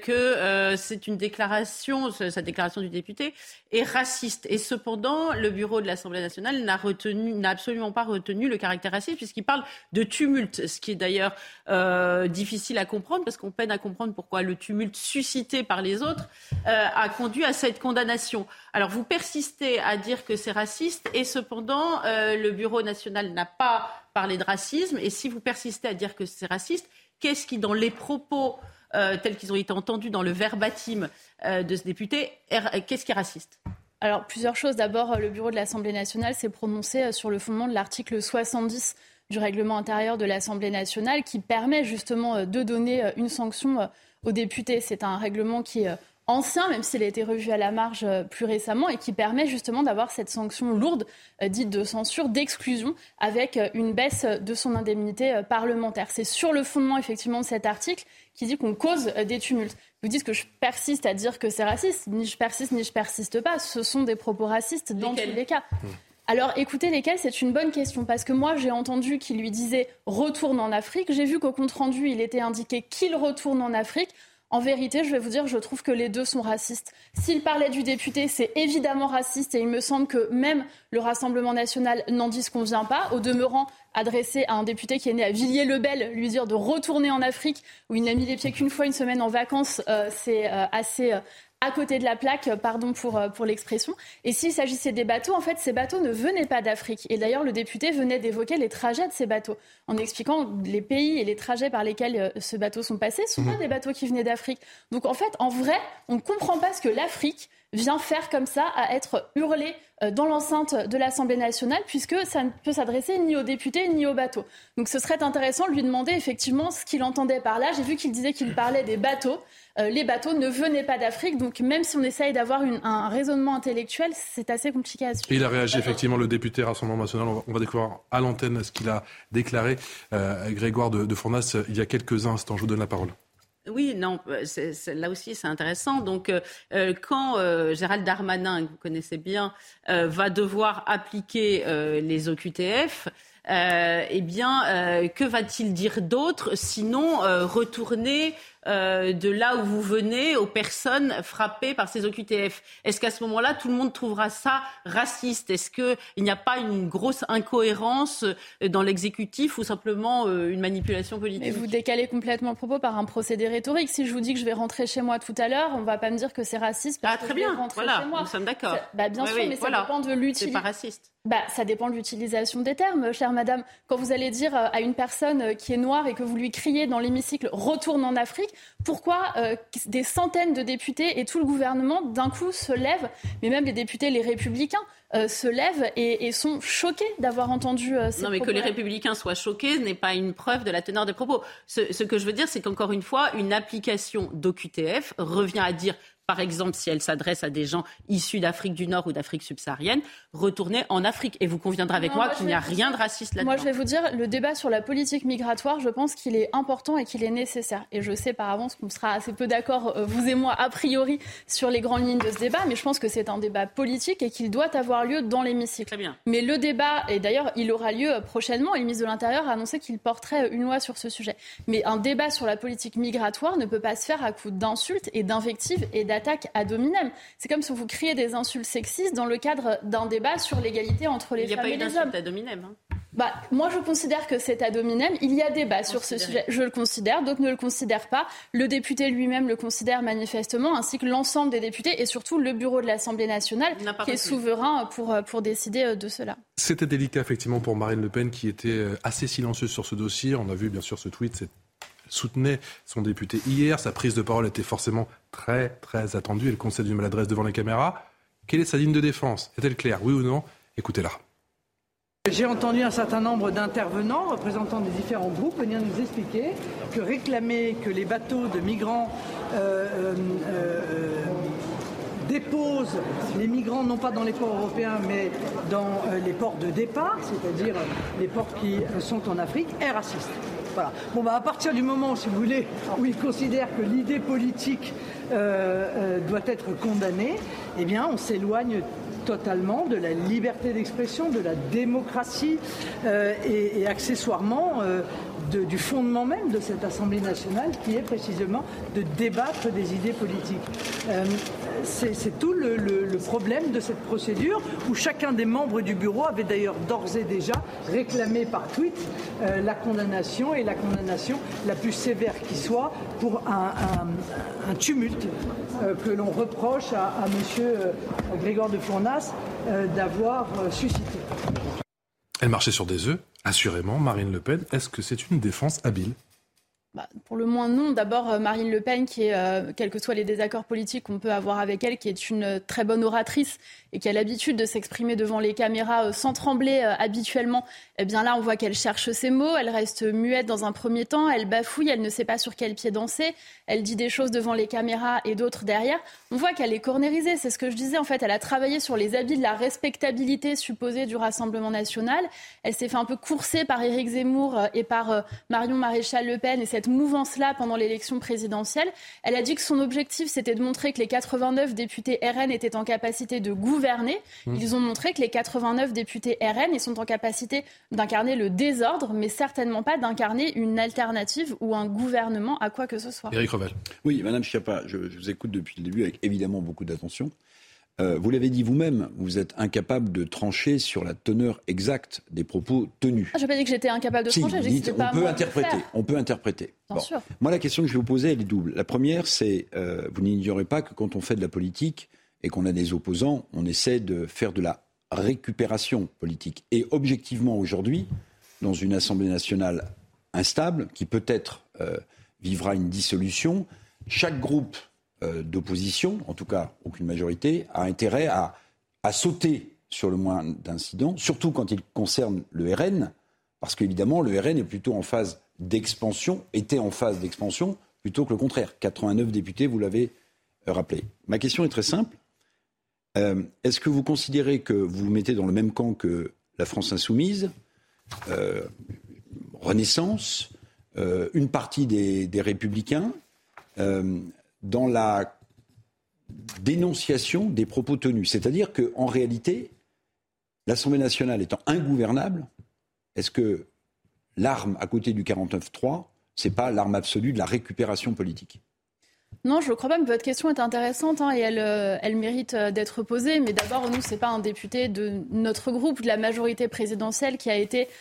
que c'est une déclaration, cette déclaration du député est raciste. Et cependant, le bureau de l'Assemblée nationale n'a absolument pas retenu le caractère raciste puisqu'il parle de tumulte, ce qui est d'ailleurs difficile à comprendre parce qu'on peine à comprendre pourquoi le tumulte suscité par les autres a conduit à cette condamnation. Alors vous persistez à dire que c'est raciste et cependant le bureau national n'a pas parlé de racisme. Et si vous persistez à dire que c'est raciste, qu'est-ce qui, dans les propos tels qu'ils ont été entendus dans le verbatim de ce député, qu'est-ce qui est raciste ? Alors, plusieurs choses. D'abord, le bureau de l'Assemblée nationale s'est prononcé sur le fondement de l'article 70 du règlement intérieur de l'Assemblée nationale qui permet justement de donner une sanction aux députés. C'est un règlement qui est ancien, même s'il a été revu à la marge plus récemment, et qui permet justement d'avoir cette sanction lourde, dite de censure, d'exclusion, avec une baisse de son indemnité parlementaire. C'est sur le fondement, effectivement, de cet article qui dit qu'on cause des tumultes. Vous dites que je persiste à dire que c'est raciste. Ni je persiste pas. Ce sont des propos racistes dans tous les cas. Alors, écoutez, lesquels, c'est une bonne question. Parce que moi, j'ai entendu qu'il lui disait « retourne en Afrique ». J'ai vu qu'au compte-rendu, il était indiqué qu'il retourne en Afrique. En vérité, je vais vous dire, je trouve que les deux sont racistes. S'il parlait du député, c'est évidemment raciste et il me semble que même le Rassemblement national n'en disconvient pas. Au demeurant, adressé à un député qui est né à Villiers-le-Bel, lui dire de retourner en Afrique, où il n'a mis les pieds qu'une fois une semaine en vacances, c'est assez à côté de la plaque, pardon pour l'expression. Et s'il s'agissait des bateaux, en fait, ces bateaux ne venaient pas d'Afrique. Et d'ailleurs, le député venait d'évoquer les trajets de ces bateaux, en expliquant les pays et les trajets par lesquels ces bateaux sont passés. Ce ne sont pas des bateaux qui venaient d'Afrique. Donc, en fait, en vrai, on ne comprend pas ce que l'Afrique vient faire comme ça, à être hurlé dans l'enceinte de l'Assemblée nationale, puisque ça ne peut s'adresser ni aux députés ni aux bateaux. Donc ce serait intéressant de lui demander effectivement ce qu'il entendait par là. J'ai vu qu'il disait qu'il parlait des bateaux. Les bateaux ne venaient pas d'Afrique, donc même si on essaye d'avoir un raisonnement intellectuel, c'est assez compliqué à suivre. Et il a réagi effectivement, le député Rassemblement national. On va découvrir à l'antenne ce qu'il a déclaré, Grégoire de Fournas, il y a quelques instants. Je vous donne la parole. Oui, non, là aussi c'est intéressant. Donc quand Gérald Darmanin, que vous connaissez bien, va devoir appliquer les OQTF, que va-t-il dire d'autre sinon retourner de là où vous venez aux personnes frappées par ces OQTF? Est-ce qu'à ce moment-là, tout le monde trouvera ça raciste? Est-ce qu'il n'y a pas une grosse incohérence dans l'exécutif ou simplement une manipulation politique? Mais vous décalez complètement le propos par un procédé rhétorique. Si je vous dis que je vais rentrer chez moi tout à l'heure, on ne va pas me dire que c'est raciste parce que je vais rentrer chez moi. Nous sommes d'accord. Bien sûr, mais ça dépend de l'utilisation. C'est pas raciste. Ça dépend de l'utilisation des termes, chère madame. Quand vous allez dire à une personne qui est noire et que vous lui criez dans l'hémicycle « retourne en Afrique », pourquoi des centaines de députés et tout le gouvernement d'un coup se lèvent, mais même les députés, les républicains, se lèvent et sont choqués d'avoir entendu ces propos. Non, mais que les républicains soient choqués n'est pas une preuve de la teneur des propos. Ce que je veux dire, c'est qu'encore une fois, une application d'OQTF revient à dire, par exemple, si elle s'adresse à des gens issus d'Afrique du Nord ou d'Afrique subsaharienne, retourner en Afrique. Et vous conviendrez avec moi qu'il n'y a rien de raciste là-dedans. Moi, je vais vous dire, le débat sur la politique migratoire, je pense qu'il est important et qu'il est nécessaire. Et je sais par avance qu'on sera assez peu d'accord, vous et moi, a priori, sur les grandes lignes de ce débat. Mais je pense que c'est un débat politique et qu'il doit avoir lieu dans l'hémicycle. Très bien. Mais le débat, et d'ailleurs, il aura lieu prochainement. Et le ministre de l'Intérieur a annoncé qu'il porterait une loi sur ce sujet. Mais un débat sur la politique migratoire ne peut pas se faire à coup d'insultes et d'invectives et d'attaques ad hominem. C'est comme si vous criez des insultes sexistes dans le cadre d'un débat sur l'égalité entre les femmes et les hommes. Il n'y a pas eu d'insulte ad hominem. Moi, je considère que c'est ad hominem. Il y a débat sur ce sujet. Je le considère, d'autres ne le considèrent pas. Le député lui-même le considère manifestement, ainsi que l'ensemble des députés et surtout le bureau de l'Assemblée nationale qui est souverain pour décider de cela. C'était délicat effectivement pour Marine Le Pen qui était assez silencieuse sur ce dossier. On a vu bien sûr ce tweet, soutenait son député hier. Sa prise de parole était forcément très, très attendue. Elle concède une maladresse devant les caméras. Quelle est sa ligne de défense? Est-elle claire, oui ou non? Écoutez-la. J'ai entendu un certain nombre d'intervenants, représentants des différents groupes, venir nous expliquer que réclamer que les bateaux de migrants déposent les migrants non pas dans les ports européens mais dans les ports de départ, c'est-à-dire les ports qui sont en Afrique, est raciste. Voilà. À partir du moment, si vous voulez, où ils considèrent que l'idée politique doit être condamnée, eh bien, on s'éloigne totalement de la liberté d'expression, de la démocratie et accessoirement du fondement même de cette Assemblée nationale qui est précisément de débattre des idées politiques. C'est tout le problème de cette procédure où chacun des membres du bureau avait d'ailleurs d'ores et déjà réclamé par tweet la condamnation et la condamnation la plus sévère qui soit pour un tumulte que l'on reproche à monsieur Grégoire de Fournas d'avoir suscité. Elle marchait sur des œufs, assurément, Marine Le Pen. Est-ce que c'est une défense habile ? Pour le moins non. D'abord, Marine Le Pen, qui est, quels que soient les désaccords politiques qu'on peut avoir avec elle, qui est une très bonne oratrice et qui a l'habitude de s'exprimer devant les caméras sans trembler habituellement, eh bien là, on voit qu'elle cherche ses mots, elle reste muette dans un premier temps, elle bafouille, elle ne sait pas sur quel pied danser, elle dit des choses devant les caméras et d'autres derrière. On voit qu'elle est cornérisée, c'est ce que je disais. En fait, elle a travaillé sur les habits de la respectabilité supposée du Rassemblement national. Elle s'est fait un peu courser par Éric Zemmour et par Marion Maréchal Le Pen et cette mouvance-là pendant l'élection présidentielle. Elle a dit que son objectif, c'était de montrer que les 89 députés RN étaient en capacité de gouverner. Ils ont montré que les 89 députés RN, ils sont en capacité d'incarner le désordre, mais certainement pas d'incarner une alternative ou un gouvernement à quoi que ce soit. Éric Revel. Oui, Madame Schiappa, je vous écoute depuis le début avec évidemment beaucoup d'attention. Vous l'avez dit vous-même, vous êtes incapable de trancher sur la teneur exacte des propos tenus. Je n'ai pas dit que j'étais incapable de trancher, j'ai dit que c'était pas à moi de le faire. On peut interpréter. Bien sûr. Moi, la question que je vais vous poser, elle est double. La première, c'est, vous n'ignorez pas que quand on fait de la politique et qu'on a des opposants, on essaie de faire de la récupération politique. Et objectivement, aujourd'hui, dans une Assemblée nationale instable, qui peut-être vivra une dissolution, chaque groupe d'opposition, en tout cas aucune majorité, a intérêt à sauter sur le moindre incident, surtout quand il concerne le RN, parce qu'évidemment le RN est plutôt en phase d'expansion, était en phase d'expansion, plutôt que le contraire. 89 députés, vous l'avez rappelé. Ma question est très simple. Est-ce que vous considérez que vous vous mettez dans le même camp que la France Insoumise, Renaissance, une partie des Républicains, dans la dénonciation des propos tenus? C'est-à-dire qu'en réalité, l'Assemblée nationale étant ingouvernable, est-ce que l'arme à côté du 49-3, c'est pas l'arme absolue de la récupération politique? Non, je ne crois pas, mais votre question est intéressante et elle mérite d'être posée. Mais d'abord, nous, ce n'est pas un député de notre groupe, de la majorité présidentielle qui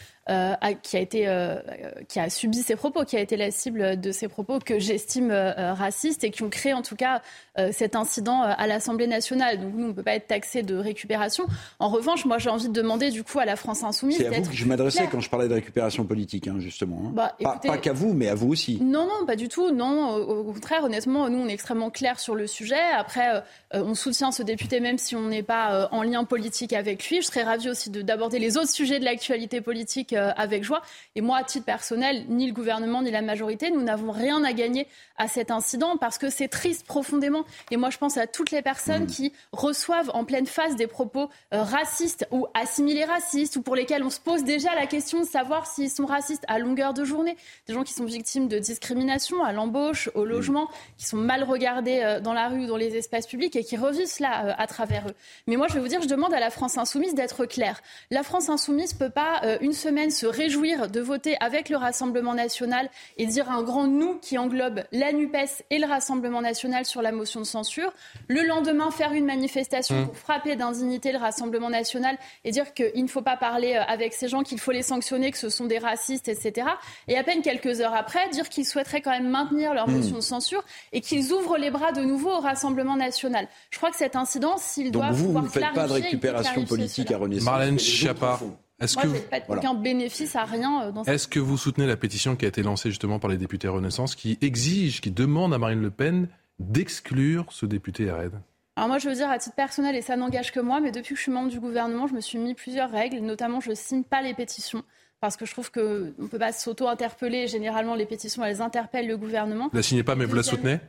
a subi ces propos, qui a été la cible de ces propos que j'estime racistes et qui ont créé en tout cas cet incident à l'Assemblée nationale. Donc nous, on ne peut pas être taxé de récupération. En revanche, moi, j'ai envie de demander du coup à la France Insoumise d'être C'est à vous que je m'adressais clair. Quand je parlais de récupération politique, justement. Écoutez, pas qu'à vous, mais à vous aussi. Non, pas du tout. Non, au contraire, honnêtement, nous, on est extrêmement clairs sur le sujet. Après, on soutient ce député même si on n'est pas en lien politique avec lui. Je serais ravie aussi d'aborder les autres sujets de l'actualité politique avec joie. Et moi, à titre personnel, ni le gouvernement ni la majorité, nous n'avons rien à gagner à cet incident parce que c'est triste profondément. Et moi, je pense à toutes les personnes qui reçoivent en pleine face des propos racistes ou assimilés racistes ou pour lesquels on se pose déjà la question de savoir s'ils sont racistes à longueur de journée. Des gens qui sont victimes de discrimination à l'embauche, au logement, qui sont mal regardés dans la rue ou dans les espaces publics et qui revivent cela à travers eux. Mais moi, je vais vous dire, je demande à la France Insoumise d'être claire. La France Insoumise ne peut pas une semaine se réjouir de voter avec le Rassemblement national et dire un grand nous qui englobe la NUPES et le Rassemblement national sur la motion de censure. Le lendemain, faire une manifestation pour frapper d'indignité le Rassemblement national et dire qu'il ne faut pas parler avec ces gens, qu'il faut les sanctionner, que ce sont des racistes, etc. Et à peine quelques heures après, dire qu'ils souhaiteraient quand même maintenir leur motion de censure et qu'ils ouvrent les bras de nouveau au Rassemblement national. Je crois que cet incident, s'il doit pouvoir clarifier... Donc vous ne faites pas de récupération politique à Renaissance. Marlène Schiappa. Moi, je n'ai pas aucun bénéfice à rien dans cette... Est-ce que vous soutenez la pétition qui a été lancée justement par les députés Renaissance qui exige, qui demande à Marine Le Pen d'exclure ce député RN? Alors moi, je veux dire, à titre personnel, et ça n'engage que moi, mais depuis que je suis membre du gouvernement, je me suis mis plusieurs règles, notamment je ne signe pas les pétitions, parce que je trouve qu'on ne peut pas s'auto-interpeller. Généralement, les pétitions, elles interpellent le gouvernement. Vous la signez pas, mais vous la soutenez?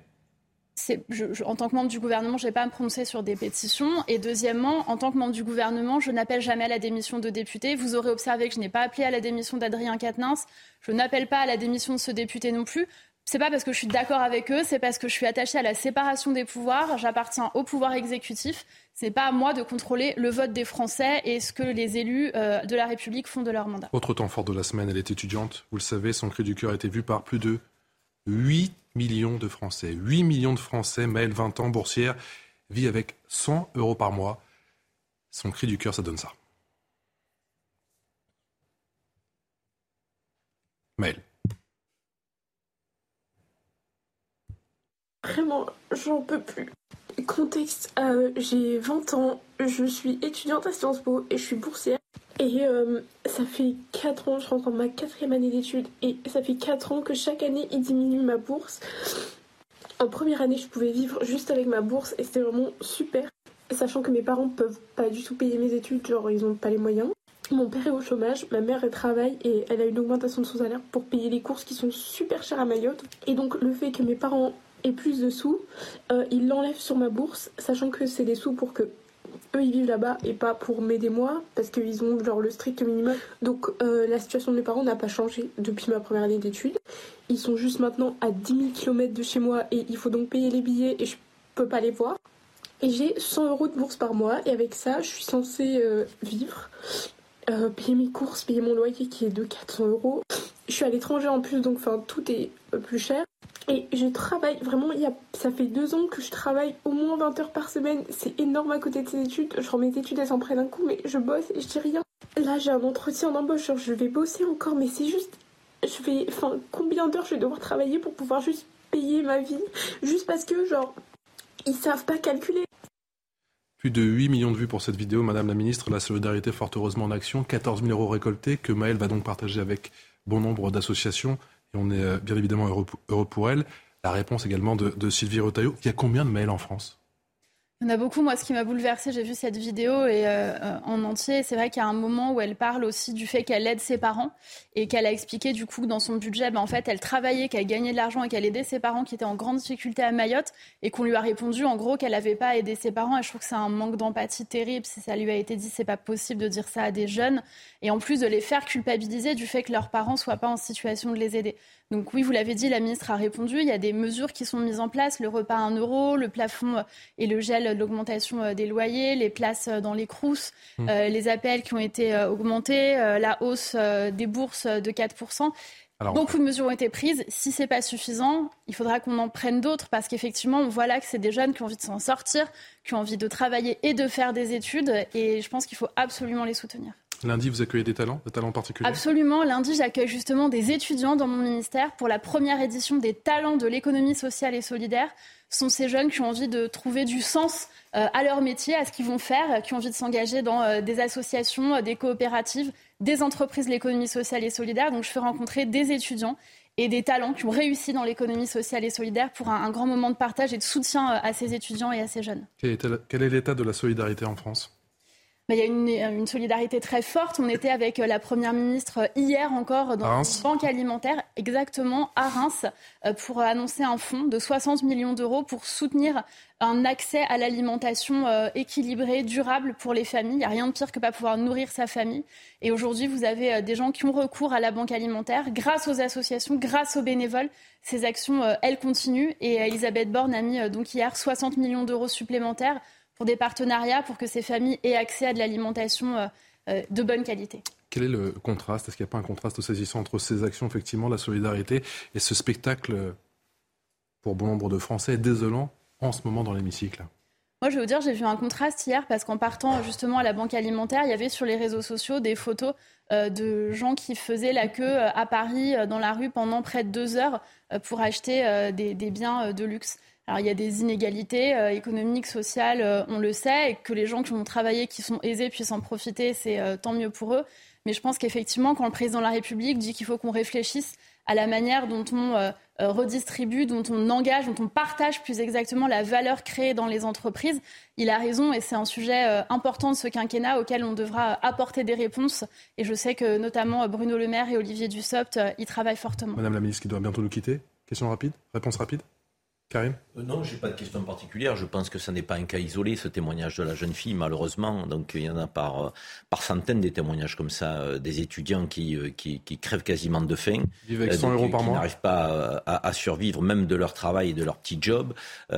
En tant que membre du gouvernement, je ne vais pas me prononcer sur des pétitions. Et deuxièmement, en tant que membre du gouvernement, je n'appelle jamais à la démission de député. Vous aurez observé que je n'ai pas appelé à la démission d'Adrien Quatennens. Je n'appelle pas à la démission de ce député non plus. C'est pas parce que je suis d'accord avec eux, c'est parce que je suis attachée à la séparation des pouvoirs. J'appartiens au pouvoir exécutif. C'est pas à moi de contrôler le vote des Français et ce que les élus de la République font de leur mandat. Autre temps fort de la semaine, elle est étudiante. Vous le savez, son cri du cœur a été vu par plus de 8 millions de Français. 8 millions de Français. Maëlle, 20 ans, boursière, vit avec 100 € par mois. Son cri du cœur, ça donne ça. Maëlle. Vraiment, j'en peux plus. Contexte, j'ai 20 ans, je suis étudiante à Sciences Po et je suis boursière. Et ça fait 4 ans, je rentre dans ma 4e année d'études, et ça fait 4 ans que chaque année, ils diminuent ma bourse. En première année, je pouvais vivre juste avec ma bourse, et c'était vraiment super. Sachant que mes parents peuvent pas du tout payer mes études, genre ils ont pas les moyens. Mon père est au chômage, ma mère elle travaille et elle a une augmentation de son salaire pour payer les courses qui sont super chères à Mayotte. Et donc le fait que mes parents aient plus de sous, ils l'enlèvent sur ma bourse, sachant que c'est des sous pour que eux ils vivent là-bas et pas pour m'aider moi, parce qu'ils ont genre le strict minimum. Donc la situation de mes parents n'a pas changé depuis ma première année d'études. Ils sont juste maintenant à 10 000 km de chez moi et il faut donc payer les billets et je peux pas les voir. Et j'ai 100 € de bourse par mois et avec ça je suis censée vivre, payer mes courses, payer mon loyer qui est de 400 €. Je suis à l'étranger en plus donc tout est plus cher. Et je travaille vraiment, ça fait 2 ans que je travaille au moins 20 heures par semaine. C'est énorme à côté de ces études. Genre mes études elles s'en prennent un coup mais je bosse et je dis rien. Là j'ai un entretien d'embauche, genre je vais bosser encore mais c'est juste, combien d'heures je vais devoir travailler pour pouvoir juste payer ma vie. Juste parce que genre, ils savent pas calculer. Plus de 8 millions de vues pour cette vidéo, Madame la Ministre. La solidarité fort heureusement en action. 14 000 € récoltés que Maëlle va donc partager avec bon nombre d'associations. Et on est bien évidemment heureux pour elle. La réponse également de Sylvie Retailleau. Il y a combien de Maëlle en France ? Il y en a beaucoup. Moi, ce qui m'a bouleversée, j'ai vu cette vidéo et en entier. C'est vrai qu'il y a un moment où elle parle aussi du fait qu'elle aide ses parents et qu'elle a expliqué du coup que dans son budget, en fait, elle travaillait, qu'elle gagnait de l'argent et qu'elle aidait ses parents qui étaient en grande difficulté à Mayotte et qu'on lui a répondu en gros qu'elle n'avait pas aidé ses parents. Et je trouve que c'est un manque d'empathie terrible. Si ça lui a été dit, c'est pas possible de dire ça à des jeunes et en plus de les faire culpabiliser du fait que leurs parents soient pas en situation de les aider. Donc oui, vous l'avez dit, la ministre a répondu. Il y a des mesures qui sont mises en place, le repas à 1 €, le plafond et le gel de l'augmentation des loyers, les places dans les CROUS, les APL qui ont été augmentés, la hausse des bourses de 4%. Alors, beaucoup de mesures ont été prises. Si ce n'est pas suffisant, il faudra qu'on en prenne d'autres parce qu'effectivement, on voit là que c'est des jeunes qui ont envie de s'en sortir, qui ont envie de travailler et de faire des études. Et je pense qu'il faut absolument les soutenir. Lundi, vous accueillez des talents particuliers ? Absolument. Lundi, j'accueille justement des étudiants dans mon ministère pour la première édition des talents de l'économie sociale et solidaire. Ce sont ces jeunes qui ont envie de trouver du sens à leur métier, à ce qu'ils vont faire, qui ont envie de s'engager dans des associations, des coopératives, des entreprises de l'économie sociale et solidaire. Donc je fais rencontrer des étudiants et des talents qui ont réussi dans l'économie sociale et solidaire pour un grand moment de partage et de soutien à ces étudiants et à ces jeunes. Quel est l'état de la solidarité en France ? Il y a une solidarité très forte. On était avec la Première ministre hier encore dans une banque alimentaire, exactement à Reims, pour annoncer un fonds de 60 millions € pour soutenir un accès à l'alimentation équilibrée, durable pour les familles. Il n'y a rien de pire que pas pouvoir nourrir sa famille. Et aujourd'hui, vous avez des gens qui ont recours à la banque alimentaire grâce aux associations, grâce aux bénévoles. Ces actions, elles continuent. Et Elisabeth Borne a mis donc hier 60 millions € supplémentaires pour des partenariats, pour que ces familles aient accès à de l'alimentation de bonne qualité. Quel est le contraste ? Est-ce qu'il n'y a pas un contraste saisissant entre ces actions, effectivement, la solidarité, et ce spectacle, pour bon nombre de Français, désolant en ce moment dans l'hémicycle ? Moi, je vais vous dire, j'ai vu un contraste hier parce qu'en partant justement à la banque alimentaire, il y avait sur les réseaux sociaux des photos de gens qui faisaient la queue à Paris, dans la rue, pendant près de 2 heures pour acheter des biens de luxe. Alors, il y a des inégalités économiques, sociales, on le sait, et que les gens qui ont travaillé, qui sont aisés, puissent en profiter, c'est tant mieux pour eux. Mais je pense qu'effectivement, quand le président de la République dit qu'il faut qu'on réfléchisse à la manière dont on redistribue, dont on engage, dont on partage plus exactement la valeur créée dans les entreprises, il a raison et c'est un sujet important de ce quinquennat auquel on devra apporter des réponses. Et je sais que notamment Bruno Le Maire et Olivier Dussopt y travaillent fortement. Madame la ministre qui doit bientôt nous quitter, question rapide, réponse rapide ? Karim ? Non, je n'ai pas de question particulière. Je pense que ce n'est pas un cas isolé, ce témoignage de la jeune fille, malheureusement. Donc il y en a par centaines des témoignages comme ça, des étudiants qui crèvent quasiment de faim. Vivent avec 100 € par mois. Qui n'arrivent pas à survivre, même de leur travail et de leur petit job.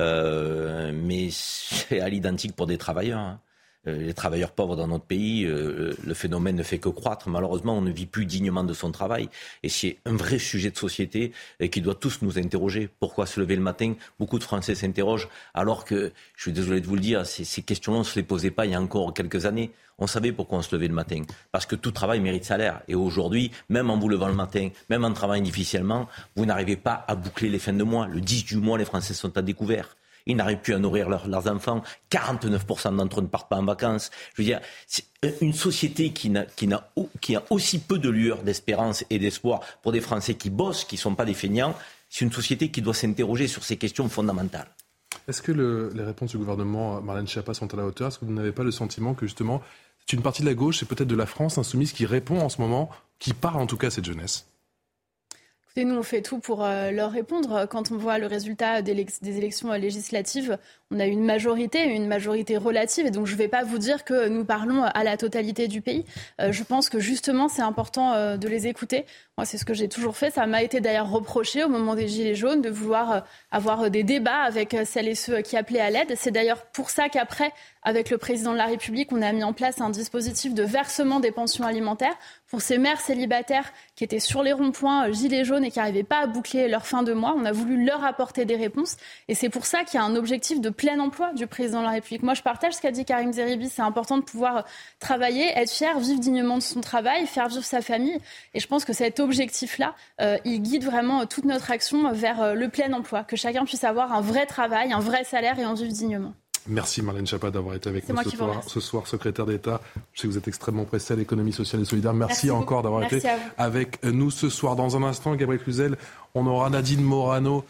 Mais c'est à l'identique pour des travailleurs. Hein. Les travailleurs pauvres dans notre pays, le phénomène ne fait que croître. Malheureusement, on ne vit plus dignement de son travail. Et c'est un vrai sujet de société qui doit tous nous interroger. Pourquoi se lever le matin ? Beaucoup de Français s'interrogent, alors que, je suis désolé de vous le dire, ces questions-là, on ne se les posait pas il y a encore quelques années. On savait pourquoi on se levait le matin. Parce que tout travail mérite salaire. Et aujourd'hui, même en vous levant le matin, même en travaillant difficilement, vous n'arrivez pas à boucler les fins de mois. Le 10 du mois, les Français sont à découvert. Ils n'arrivent plus à nourrir leurs enfants. 49% d'entre eux ne partent pas en vacances. Je veux dire, c'est une société qui a aussi peu de lueur d'espérance et d'espoir pour des Français qui bossent, qui ne sont pas des feignants. C'est une société qui doit s'interroger sur ces questions fondamentales. Est-ce que les réponses du gouvernement, Marlène Schiappa, sont à la hauteur ? Est-ce que vous n'avez pas le sentiment que justement, c'est une partie de la gauche et peut-être de la France insoumise qui répond en ce moment, qui parle en tout cas à cette jeunesse ? Écoutez, nous, on fait tout pour leur répondre. Quand on voit le résultat des élections législatives, on a une majorité relative. Et donc, je ne vais pas vous dire que nous parlons à la totalité du pays. Je pense que justement, c'est important de les écouter. Moi, c'est ce que j'ai toujours fait. Ça m'a été d'ailleurs reproché au moment des Gilets jaunes de vouloir avoir des débats avec celles et ceux qui appelaient à l'aide. C'est d'ailleurs pour ça qu'après, avec le président de la République, on a mis en place un dispositif de versement des pensions alimentaires pour ces mères célibataires qui étaient sur les ronds-points Gilets jaunes et qui n'arrivaient pas à boucler leur fin de mois. On a voulu leur apporter des réponses. Et c'est pour ça qu'il y a un objectif de plein emploi du président de la République. Moi, je partage ce qu'a dit Karim Zeribi. C'est important de pouvoir travailler, être fier, vivre dignement de son travail, faire vivre sa famille. Et je pense que cet objectif-là, il guide vraiment toute notre action vers le plein emploi. Que chacun puisse avoir un vrai travail, un vrai salaire et en vivre dignement. Merci Marlène Schiappa d'avoir été avec nous ce soir, secrétaire d'État. Je sais que vous êtes extrêmement pressée à l'économie sociale et solidaire. Merci encore d'avoir été avec nous ce soir. Dans un instant, Gabriel Cluzel, on aura Nadine Morano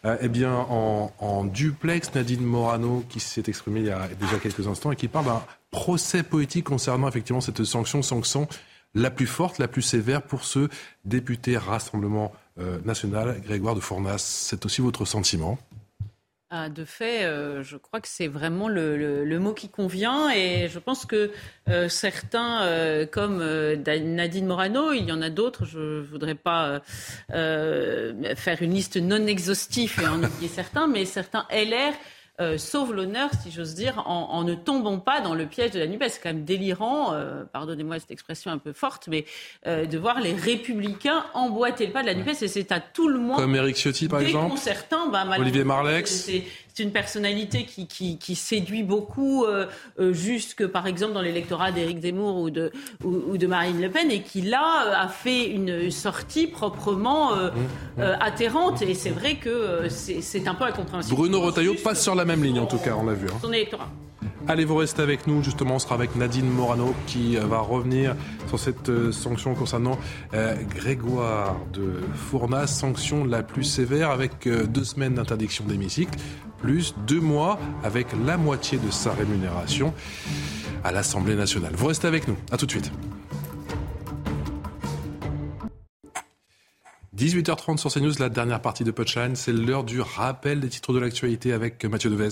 en duplex. Nadine Morano qui s'est exprimée il y a déjà quelques instants et qui parle d'un procès politique concernant effectivement cette sanction la plus forte, la plus sévère pour ce député Rassemblement National, Grégoire de Fournas. C'est aussi votre sentiment ? De fait, je crois que c'est vraiment le mot qui convient et je pense que certains, comme Nadine Morano, il y en a d'autres, je ne voudrais pas faire une liste non exhaustive et en oublier certains, mais certains LR sauvent l'honneur, si j'ose dire, en ne tombant pas dans le piège de la NUPES. C'est quand même délirant, pardonnez-moi cette expression un peu forte, mais de voir les Républicains emboîter le pas de la NUPES et c'est à tout le moins comme Éric Ciotti par exemple, Olivier Marleix. C'est une personnalité qui séduit beaucoup, jusque par exemple dans l'électorat d'Éric Zemmour ou de Marine Le Pen, et qui là a fait une sortie proprement atterrante. Et c'est vrai que c'est un peu incompréhensible. Bruno Retailleau passe sur la même ligne en tout cas, on l'a vu. Son électorat. Allez, vous restez avec nous. Justement, on sera avec Nadine Morano qui va revenir sur cette sanction concernant Grégoire de Fournas. Sanction la plus sévère avec 2 semaines d'interdiction d'hémicycle, plus 2 mois avec la moitié de sa rémunération à l'Assemblée nationale. Vous restez avec nous. À tout de suite. 18h30 sur CNews, la dernière partie de Punchline. C'est l'heure du rappel des titres de l'actualité avec Mathieu Devez.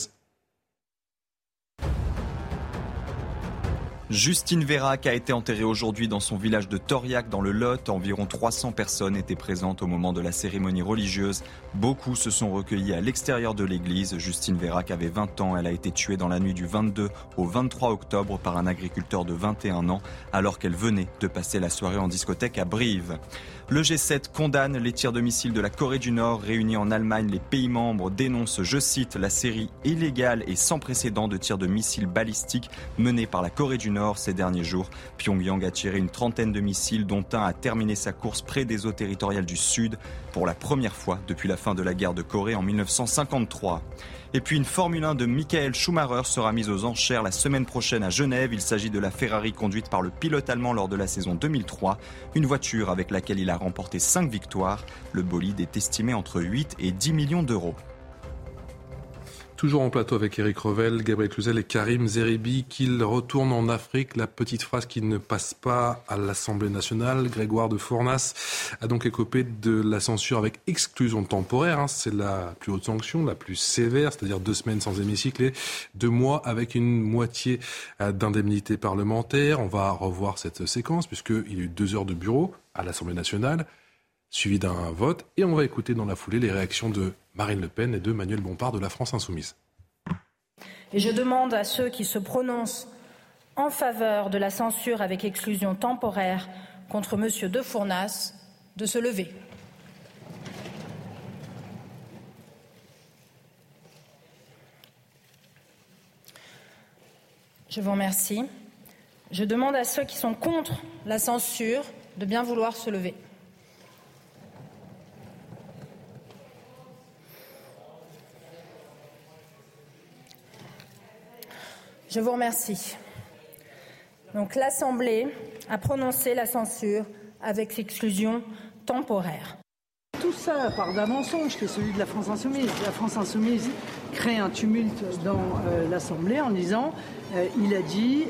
Justine Vérac a été enterrée aujourd'hui dans son village de Toriac dans le Lot. Environ 300 personnes étaient présentes au moment de la cérémonie religieuse. Beaucoup se sont recueillis à l'extérieur de l'église. Justine Vérac avait 20 ans. Elle a été tuée dans la nuit du 22 au 23 octobre par un agriculteur de 21 ans alors qu'elle venait de passer la soirée en discothèque à Brive. Le G7 condamne les tirs de missiles de la Corée du Nord. Réunis en Allemagne, les pays membres dénoncent, je cite, la série illégale et sans précédent de tirs de missiles balistiques menés par la Corée du Nord ces derniers jours. Pyongyang a tiré une 30aine de missiles, dont un a terminé sa course près des eaux territoriales du Sud pour la première fois depuis la fin de la guerre de Corée en 1953. Et puis une Formule 1 de Michael Schumacher sera mise aux enchères la semaine prochaine à Genève. Il s'agit de la Ferrari conduite par le pilote allemand lors de la saison 2003. Une voiture avec laquelle il a remporté 5 victoires. Le bolide est estimé entre 8 et 10 millions d'euros. Toujours en plateau avec Éric Revel, Gabriel Cluzel et Karim Zeribi, qu'il retourne en Afrique. La petite phrase qui ne passe pas à l'Assemblée nationale. Grégoire de Fournas a donc écopé de la censure avec exclusion temporaire. C'est la plus haute sanction, la plus sévère, c'est-à-dire 2 semaines sans hémicycle et 2 mois avec une moitié d'indemnité parlementaire. On va revoir cette séquence puisqu'il y a eu 2 heures de bureau à l'Assemblée nationale, suivi d'un vote. Et on va écouter dans la foulée les réactions de Marine Le Pen et de Manuel Bompard de la France Insoumise. Et je demande à ceux qui se prononcent en faveur de la censure avec exclusion temporaire contre M. de Fournas de se lever. Je vous remercie. Je demande à ceux qui sont contre la censure de bien vouloir se lever. Je vous remercie. Donc l'Assemblée a prononcé la censure avec exclusion temporaire. Tout ça part d'un mensonge qui est celui de la France Insoumise. La France Insoumise crée un tumulte dans l'Assemblée en disant il a dit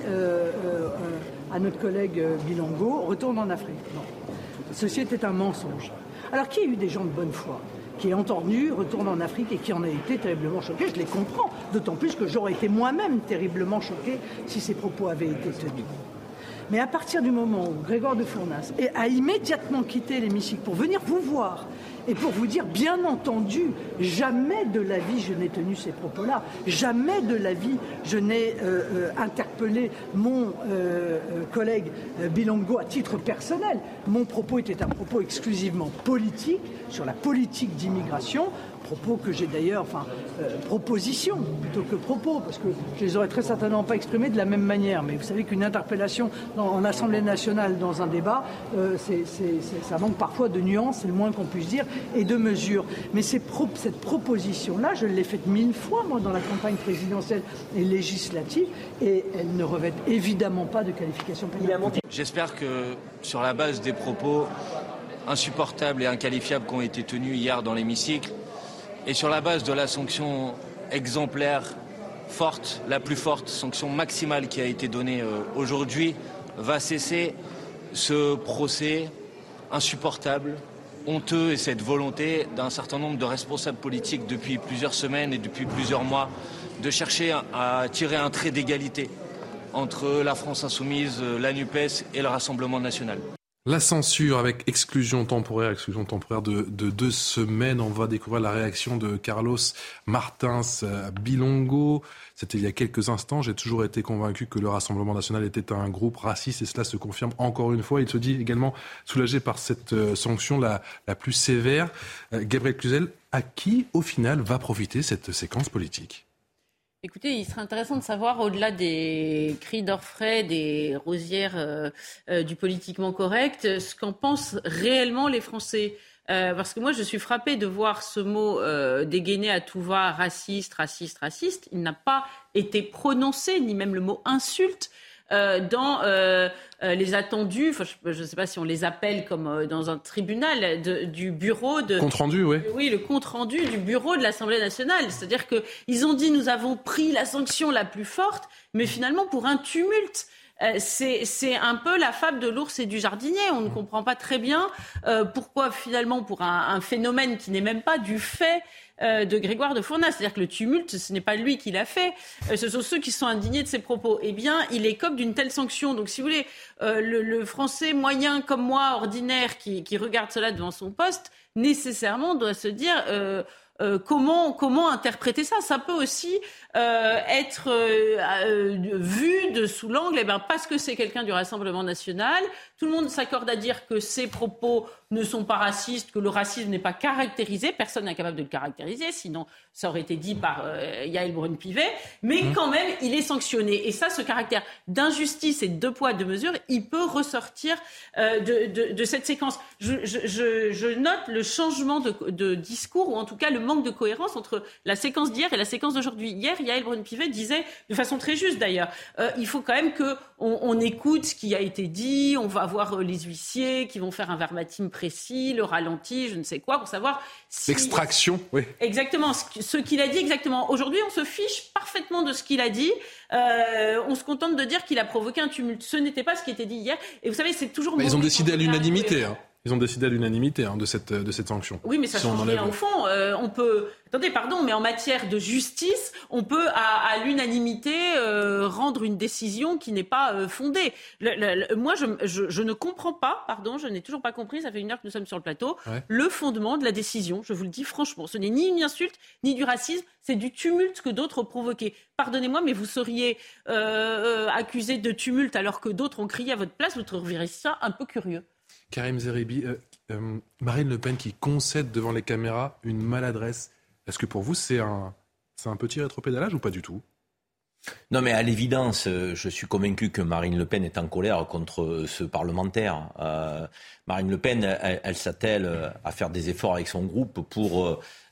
à notre collègue Bilongo, retourne en Afrique. Non. Ceci était un mensonge. Alors qu'il y a eu des gens de bonne foi qui ont entendu retourne en Afrique et qui en a été terriblement choqués, je les comprends, d'autant plus que j'aurais été moi-même terriblement choqué si ces propos avaient été tenus. Mais à partir du moment où Grégoire de Fournas a immédiatement quitté l'hémicycle pour venir vous voir et pour vous dire, bien entendu, jamais de la vie je n'ai tenu ces propos-là, jamais de la vie je n'ai interpellé mon collègue Bilongo à titre personnel. Mon propos était un propos exclusivement politique, sur la politique d'immigration, propos que j'ai d'ailleurs, proposition plutôt que propos, parce que je les aurais très certainement pas exprimés de la même manière. Mais vous savez qu'une interpellation en Assemblée nationale dans un débat, ça manque parfois de nuances, c'est le moins qu'on puisse dire, et de mesures. Mais cette proposition-là, je l'ai faite 1000 fois, moi, dans la campagne présidentielle et législative, et elle ne revêt évidemment pas de qualification pénale. J'espère que, sur la base des propos insupportables et inqualifiables qui ont été tenus hier dans l'hémicycle, et sur la base de la sanction exemplaire, forte, la plus forte, sanction maximale qui a été donnée aujourd'hui, va cesser ce procès insupportable, honteux et cette volonté d'un certain nombre de responsables politiques depuis plusieurs semaines et depuis plusieurs mois de chercher à tirer un trait d'égalité entre la France Insoumise, la NUPES et le Rassemblement National. La censure avec exclusion temporaire de 2 semaines. On va découvrir la réaction de Carlos Martins Bilongo. C'était il y a quelques instants. J'ai toujours été convaincu que le Rassemblement National était un groupe raciste et cela se confirme encore une fois. Il se dit également soulagé par cette sanction la plus sévère. Gabriel Cluzel, à qui au final va profiter cette séquence politique ? Écoutez, il serait intéressant de savoir, au-delà des cris d'orfraie, des rosières du politiquement correct, ce qu'en pensent réellement les Français. Parce que moi, je suis frappée de voir ce mot dégainé à tout va, raciste. Il n'a pas été prononcé, ni même le mot insulte, dans les attendus, je ne sais pas si on les appelle comme dans un tribunal, du bureau de... Compte-rendu, oui. Oui, le compte-rendu du bureau de l'Assemblée nationale. C'est-à-dire qu'ils ont dit nous avons pris la sanction la plus forte, mais finalement pour un tumulte. C'est un peu la fable de l'ours et du jardinier. On ne comprend pas très bien pourquoi finalement pour un phénomène qui n'est même pas du fait de Grégoire de Fournas. C'est-à-dire que le tumulte, ce n'est pas lui qui l'a fait. Ce sont ceux qui sont indignés de ses propos. Eh bien, il écope d'une telle sanction. Donc, si vous voulez, le Français moyen comme moi, ordinaire, qui regarde cela devant son poste, nécessairement doit se dire... Comment interpréter ça ? Ça peut aussi être vu sous l'angle, parce que c'est quelqu'un du Rassemblement national, tout le monde s'accorde à dire que ses propos ne sont pas racistes, que le racisme n'est pas caractérisé, personne n'est capable de le caractériser, sinon ça aurait été dit par Yael Braun-Pivet, mais quand même il est sanctionné. Et ça, ce caractère d'injustice et de 2 poids 2 mesures, il peut ressortir de cette séquence. Je note le changement de discours, ou en tout cas le manque de cohérence entre la séquence d'hier et la séquence d'aujourd'hui. Hier, Yael Braun-Pivet disait, de façon très juste d'ailleurs, il faut quand même qu'on écoute ce qui a été dit, on va voir les huissiers qui vont faire un verbatim précis, le ralenti, je ne sais quoi, pour savoir si... L'extraction, oui. Exactement, ce qu'il a dit exactement. Aujourd'hui, on se fiche parfaitement de ce qu'il a dit. On se contente de dire qu'il a provoqué un tumulte. Ce n'était pas ce qui était dit hier. Et vous savez, c'est toujours... Ils ont décidé à l'unanimité, Ils ont décidé à l'unanimité de cette sanction. Oui, mais ça change rien au fond. On peut... Attendez, pardon, mais en matière de justice, on peut à l'unanimité rendre une décision qui n'est pas fondée. Moi, je ne comprends pas, je n'ai toujours pas compris, ça fait 1 heure que nous sommes sur le plateau, le fondement de la décision, je vous le dis franchement. Ce n'est ni une insulte, ni du racisme, c'est du tumulte que d'autres ont provoqué. Pardonnez-moi, mais vous seriez accusé de tumulte alors que d'autres ont crié à votre place, vous trouveriez ça un peu curieux. Karim Zeribi, Marine Le Pen qui concède devant les caméras une maladresse. Est-ce que pour vous, c'est un petit rétropédalage ou pas du tout ? Non, mais à l'évidence, je suis convaincu que Marine Le Pen est en colère contre ce parlementaire. Marine Le Pen, elle s'attelle à faire des efforts avec son groupe pour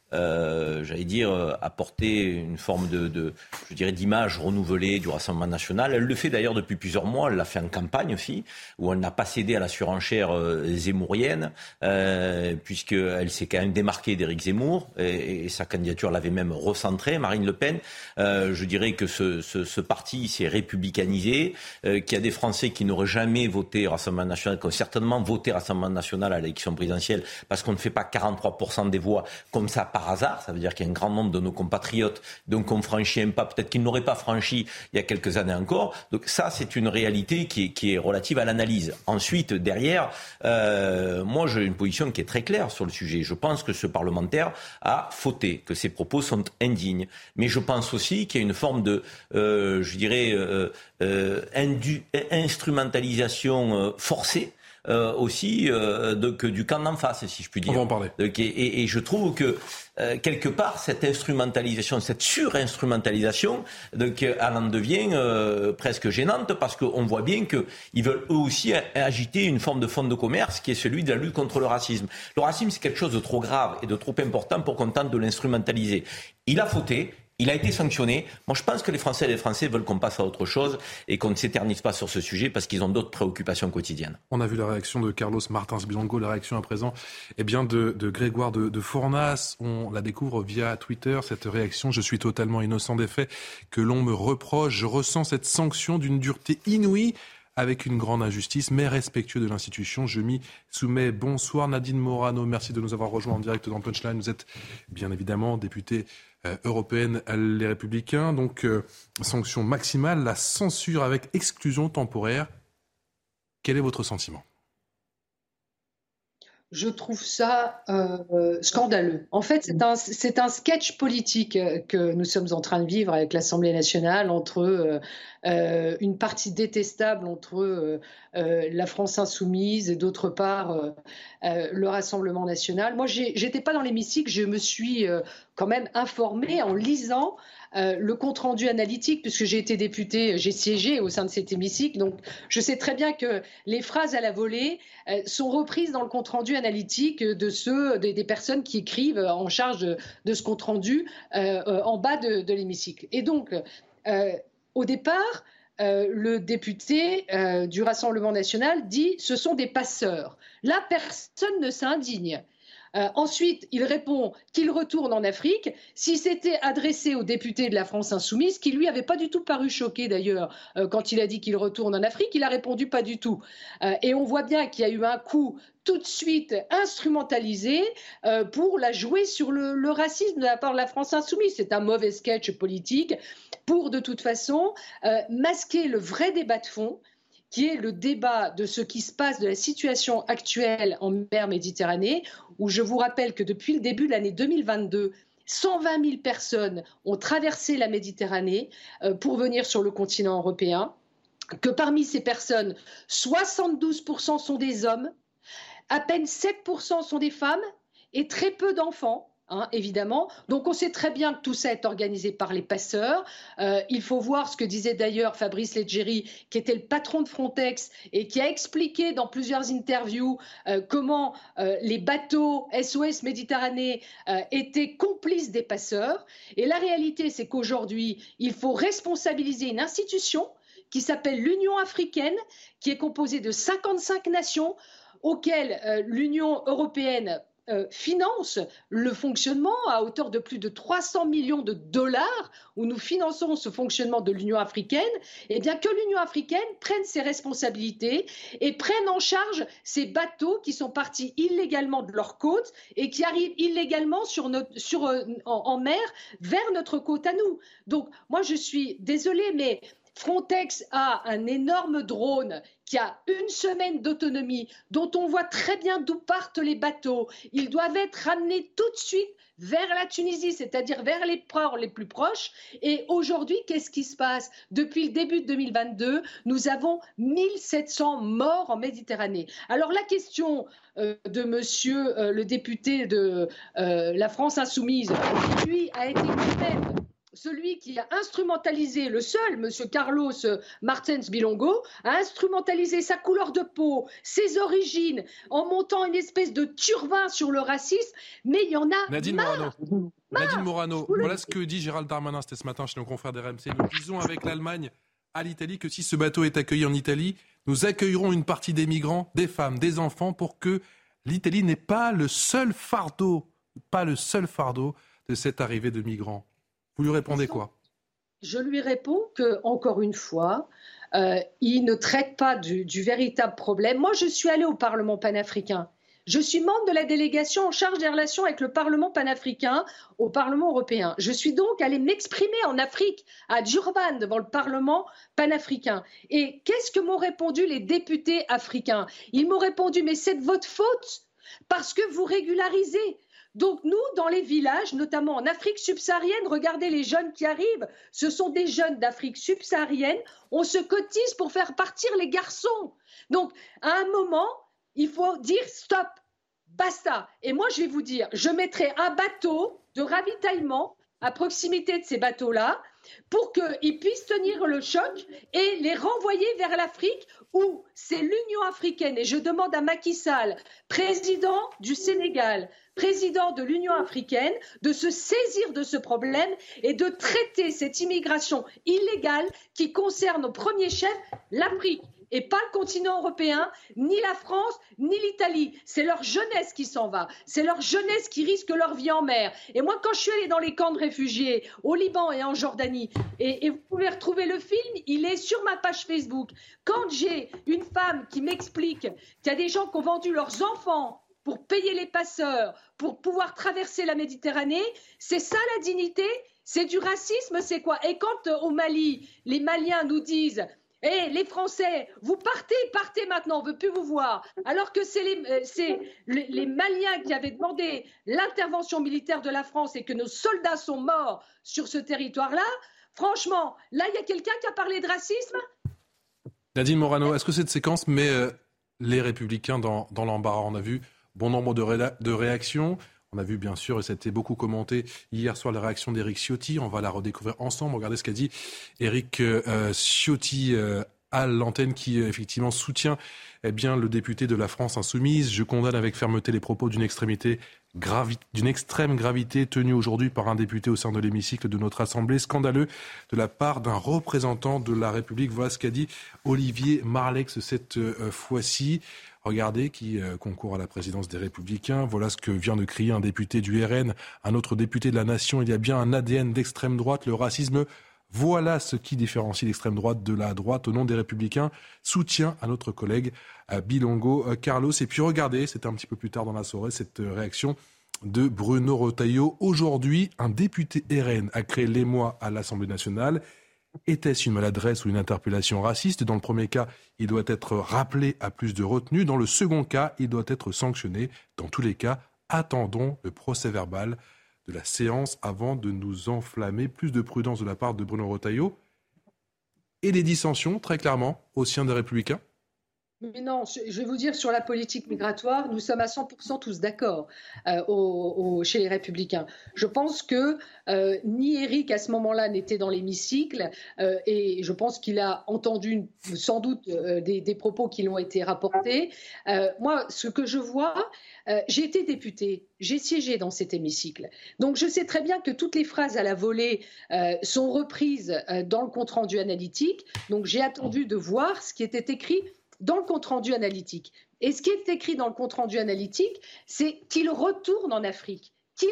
j'allais dire, apporter une forme je dirais, d'image renouvelée du Rassemblement national. Elle le fait d'ailleurs depuis plusieurs mois. Elle l'a fait en campagne aussi, où elle n'a pas cédé à la surenchère zémourienne, puisqu'elle s'est quand même démarquée d'Éric Zemmour, et sa candidature l'avait même recentrée, Marine Le Pen. Je dirais que ce parti s'est républicanisé, qu'il y a des Français qui n'auraient jamais voté Rassemblement national, qui ont certainement voté Rassemblement national à l'élection présidentielle, parce qu'on ne fait pas 43% des voix comme ça par hasard. Ça veut dire qu'il y a un grand nombre de nos compatriotes donc ont franchi un pas peut-être qu'ils n'auraient pas franchi il y a quelques années encore. Donc ça, c'est une réalité qui est relative à l'analyse. Ensuite, derrière, moi j'ai une position qui est très claire sur le sujet. Je pense que ce parlementaire a fauté, que ses propos sont indignes. Mais je pense aussi qu'il y a une forme de, je dirais, instrumentalisation forcée aussi du camp d'en face, si je puis dire. On va en parler. Et je trouve que quelque part, cette instrumentalisation, cette surinstrumentalisation, elle en devient presque gênante, parce qu'on voit bien qu'ils veulent eux aussi agiter une forme de fonds de commerce qui est celui de la lutte contre le racisme. Le racisme, c'est quelque chose de trop grave et de trop important pour qu'on tente de l'instrumentaliser. Il a fauté. Il a été sanctionné. Moi, je pense que les Français et les Français veulent qu'on passe à autre chose et qu'on ne s'éternise pas sur ce sujet parce qu'ils ont d'autres préoccupations quotidiennes. On a vu la réaction de Carlos Martins Bilongo, la réaction à présent de Grégoire de Fournas. On la découvre via Twitter, cette réaction. Je suis totalement innocent des faits que l'on me reproche. Je ressens cette sanction d'une dureté inouïe, avec une grande injustice, mais respectueux de l'institution. Je m'y soumets. Bonsoir Nadine Morano, merci de nous avoir rejoints en direct dans Punchline. Vous êtes bien évidemment députée européenne Les Républicains. Donc, sanction maximale, la censure avec exclusion temporaire. Quel est votre sentiment ? Je trouve ça scandaleux. En fait, c'est un sketch politique que nous sommes en train de vivre avec l'Assemblée nationale entre une partie détestable entre la France insoumise et d'autre part le Rassemblement national. Moi, j'étais pas dans l'hémicycle, je me suis quand même informée en lisant le compte-rendu analytique, puisque j'ai été députée, j'ai siégé au sein de cet hémicycle, donc je sais très bien que les phrases à la volée sont reprises dans le compte-rendu analytique des personnes qui écrivent en charge de ce compte-rendu en bas de l'hémicycle. Et donc, au départ, le député du Rassemblement national dit « ce sont des passeurs ». Là, personne ne s'indigne. Ensuite, il répond qu'il retourne en Afrique. Si c'était adressé au député de la France insoumise, qui lui avait pas du tout paru choqué d'ailleurs quand il a dit qu'il retourne en Afrique, il a répondu pas du tout. Et on voit bien qu'il y a eu un coup tout de suite instrumentalisé pour la jouer sur le racisme de la part de la France insoumise. C'est un mauvais sketch politique pour de toute façon masquer le vrai débat de fond, qui est le débat de ce qui se passe, de la situation actuelle en mer Méditerranée, où je vous rappelle que depuis le début de l'année 2022, 120 000 personnes ont traversé la Méditerranée pour venir sur le continent européen, que parmi ces personnes, 72% sont des hommes, à peine 7% sont des femmes et très peu d'enfants. Évidemment. Donc on sait très bien que tout ça est organisé par les passeurs. Il faut voir ce que disait d'ailleurs Fabrice Leggeri, qui était le patron de Frontex et qui a expliqué dans plusieurs interviews comment les bateaux SOS Méditerranée étaient complices des passeurs. Et la réalité, c'est qu'aujourd'hui, il faut responsabiliser une institution qui s'appelle l'Union africaine, qui est composée de 55 nations auxquelles l'Union européenne finance le fonctionnement à hauteur de plus de 300 millions de dollars, où nous finançons ce fonctionnement de l'Union africaine, et bien que l'Union africaine prenne ses responsabilités et prenne en charge ces bateaux qui sont partis illégalement de leur côte et qui arrivent illégalement en mer vers notre côte à nous. Donc moi je suis désolée, mais Frontex a un énorme drone qui a une semaine d'autonomie, dont on voit très bien d'où partent les bateaux. Ils doivent être ramenés tout de suite vers la Tunisie, c'est-à-dire vers les ports les plus proches. Et aujourd'hui, qu'est-ce qui se passe ? Depuis le début de 2022, nous avons 1700 morts en Méditerranée. Alors la question de monsieur le député de la France insoumise, qui lui a été lui-même celui qui a instrumentalisé, le seul, M. Carlos Martins Bilongo, a instrumentalisé sa couleur de peau, ses origines, en montant une espèce de turbin sur le racisme, mais il y en a Nadine Morano, voilà ce que dit Gérald Darmanin, c'était ce matin chez nos confrères d'RMC. Nous disons avec l'Allemagne à l'Italie que si ce bateau est accueilli en Italie, nous accueillerons une partie des migrants, des femmes, des enfants, pour que l'Italie n'ait pas le seul fardeau de cette arrivée de migrants. Vous lui répondez quoi ? Je lui réponds que, encore une fois, il ne traite pas du véritable problème. Moi, je suis allée au Parlement panafricain. Je suis membre de la délégation en charge des relations avec le Parlement panafricain au Parlement européen. Je suis donc allée m'exprimer en Afrique, à Durban, devant le Parlement panafricain. Et qu'est-ce que m'ont répondu les députés africains ? Ils m'ont répondu « mais c'est de votre faute, parce que vous régularisez ». Donc nous, dans les villages, notamment en Afrique subsaharienne, regardez les jeunes qui arrivent, ce sont des jeunes d'Afrique subsaharienne, on se cotise pour faire partir les garçons. Donc à un moment, il faut dire stop, basta. Et moi, je vais vous dire, je mettrai un bateau de ravitaillement à proximité de ces bateaux-là pour qu'ils puissent tenir le choc et les renvoyer vers l'Afrique où c'est l'Union africaine. Et je demande à Macky Sall, président du Sénégal, président de l'Union africaine, de se saisir de ce problème et de traiter cette immigration illégale qui concerne au premier chef l'Afrique. Et pas le continent européen, ni la France, ni l'Italie. C'est leur jeunesse qui s'en va. C'est leur jeunesse qui risque leur vie en mer. Et moi, quand je suis allée dans les camps de réfugiés, au Liban et en Jordanie, et vous pouvez retrouver le film, il est sur ma page Facebook. Quand j'ai une femme qui m'explique qu'il y a des gens qui ont vendu leurs enfants pour payer les passeurs, pour pouvoir traverser la Méditerranée, c'est ça la dignité ? C'est du racisme, c'est quoi ? Et quand au Mali, les Maliens nous disent... Eh, les Français, vous partez maintenant, on ne veut plus vous voir. Alors que c'est les Maliens qui avaient demandé l'intervention militaire de la France et que nos soldats sont morts sur ce territoire-là. Franchement, là, il y a quelqu'un qui a parlé de racisme ? Nadine Morano, est-ce que cette séquence met les Républicains dans l'embarras ? On a vu bon nombre de réactions. On a vu bien sûr, et ça a été beaucoup commenté hier soir, la réaction d'Éric Ciotti. On va la redécouvrir ensemble. Regardez ce qu'a dit Éric Ciotti à l'antenne qui effectivement soutient le député de la France Insoumise. Je condamne avec fermeté les propos d'une extrême gravité tenus aujourd'hui par un député au sein de l'hémicycle de notre Assemblée. Scandaleux de la part d'un représentant de la République. Voilà ce qu'a dit Olivier Marleix cette fois-ci. Regardez, qui concourt à la présidence des Républicains. Voilà ce que vient de crier un député du RN, un autre député de la Nation. Il y a bien un ADN d'extrême droite, le racisme. Voilà ce qui différencie l'extrême droite de la droite. Au nom des Républicains, soutien à notre collègue Bilongo Carlos. Et puis regardez, c'était un petit peu plus tard dans la soirée, cette réaction de Bruno Retailleau. Aujourd'hui, un député RN a créé l'émoi à l'Assemblée nationale. Était-ce une maladresse ou une interpellation raciste ? Dans le premier cas, il doit être rappelé à plus de retenue. Dans le second cas, il doit être sanctionné. Dans tous les cas, attendons le procès-verbal de la séance avant de nous enflammer. Plus de prudence de la part de Bruno Retailleau. Et des dissensions, très clairement, au sein des Républicains. Mais non, je vais vous dire, sur la politique migratoire, nous sommes à 100% tous d'accord chez les Républicains. Je pense que ni Éric, à ce moment-là, n'était dans l'hémicycle et je pense qu'il a entendu sans doute des propos qui lui ont été rapportés. Moi, ce que je vois, j'ai été députée, j'ai siégé dans cet hémicycle. Donc je sais très bien que toutes les phrases à la volée sont reprises dans le compte-rendu analytique. Donc j'ai attendu de voir ce qui était écrit dans le compte-rendu analytique. Et ce qui est écrit dans le compte-rendu analytique, c'est qu'il retourne en Afrique.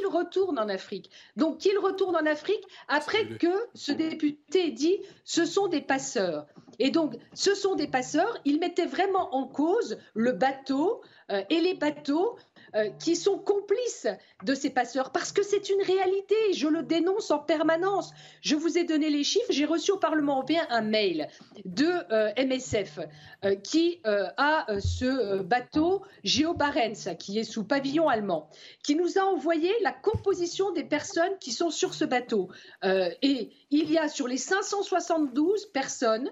Donc qu'il retourne en Afrique après que ce député dit « ce sont des passeurs ». Et donc, ce sont des passeurs, il mettait vraiment en cause le bateau et les bateaux qui sont complices de ces passeurs, parce que c'est une réalité, je le dénonce en permanence. Je vous ai donné les chiffres, j'ai reçu au Parlement européen un mail de MSF qui a ce bateau Geo Barents, qui est sous pavillon allemand, qui nous a envoyé la composition des personnes qui sont sur ce bateau. Et il y a sur les 572 personnes,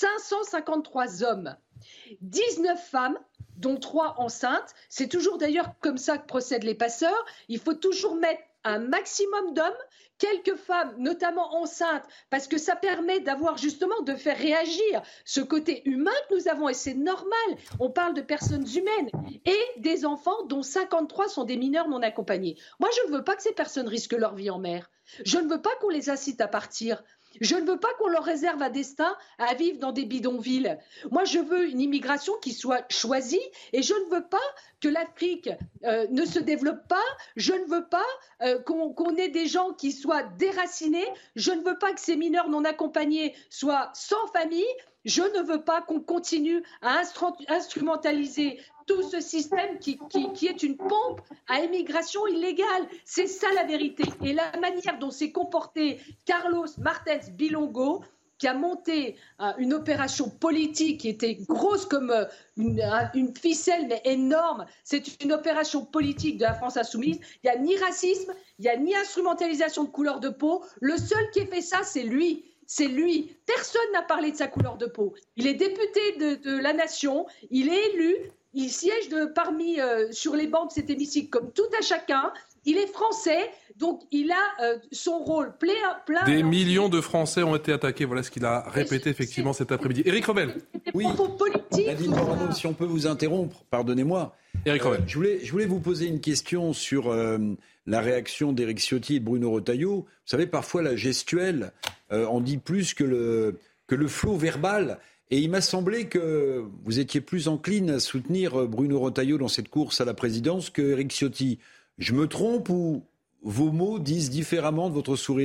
553 hommes, 19 femmes, dont 3 enceintes. C'est toujours d'ailleurs comme ça que procèdent les passeurs. Il faut toujours mettre un maximum d'hommes quelques femmes, notamment enceintes, parce que ça permet d'avoir justement de faire réagir ce côté humain que nous avons, et c'est normal. On parle de personnes humaines et des enfants dont 53 sont des mineurs non accompagnés. Moi, je ne veux pas que ces personnes risquent leur vie en mer. Je ne veux pas qu'on les incite à partir. Je ne veux pas qu'on leur réserve un destin à vivre dans des bidonvilles. Moi, je veux une immigration qui soit choisie et je ne veux pas que l'Afrique ne se développe pas. Je ne veux pas qu'on ait des gens qui soient déracinés. Je ne veux pas que ces mineurs non accompagnés soient sans famille. Je ne veux pas qu'on continue à instrumentaliser tout ce système qui est une pompe à immigration illégale. C'est ça la vérité. Et la manière dont s'est comporté Carlos Martens Bilongo, qui a monté une opération politique qui était grosse comme une ficelle, mais énorme. C'est une opération politique de la France insoumise. Il n'y a ni racisme, il n'y a ni instrumentalisation de couleur de peau. Le seul qui ait fait ça, c'est lui. C'est lui. Personne n'a parlé de sa couleur de peau. Il est député de la nation, il est élu, il siège sur les bancs de cet hémicycle comme tout à chacun. Il est français, donc il a son rôle plein. Des millions de Français ont été attaqués. Voilà ce qu'il a répété effectivement cet après-midi. Éric Revel. Oui, Nadine Morano, si on peut vous interrompre, pardonnez-moi. Éric Revel. Je voulais vous poser une question sur la réaction d'Éric Ciotti et de Bruno Retailleau. Vous savez, parfois la gestuelle en dit plus que le flot verbal. Et il m'a semblé que vous étiez plus encline à soutenir Bruno Retailleau dans cette course à la présidence que Éric Ciotti. Je me trompe ou vos mots disent différemment de votre sourire ?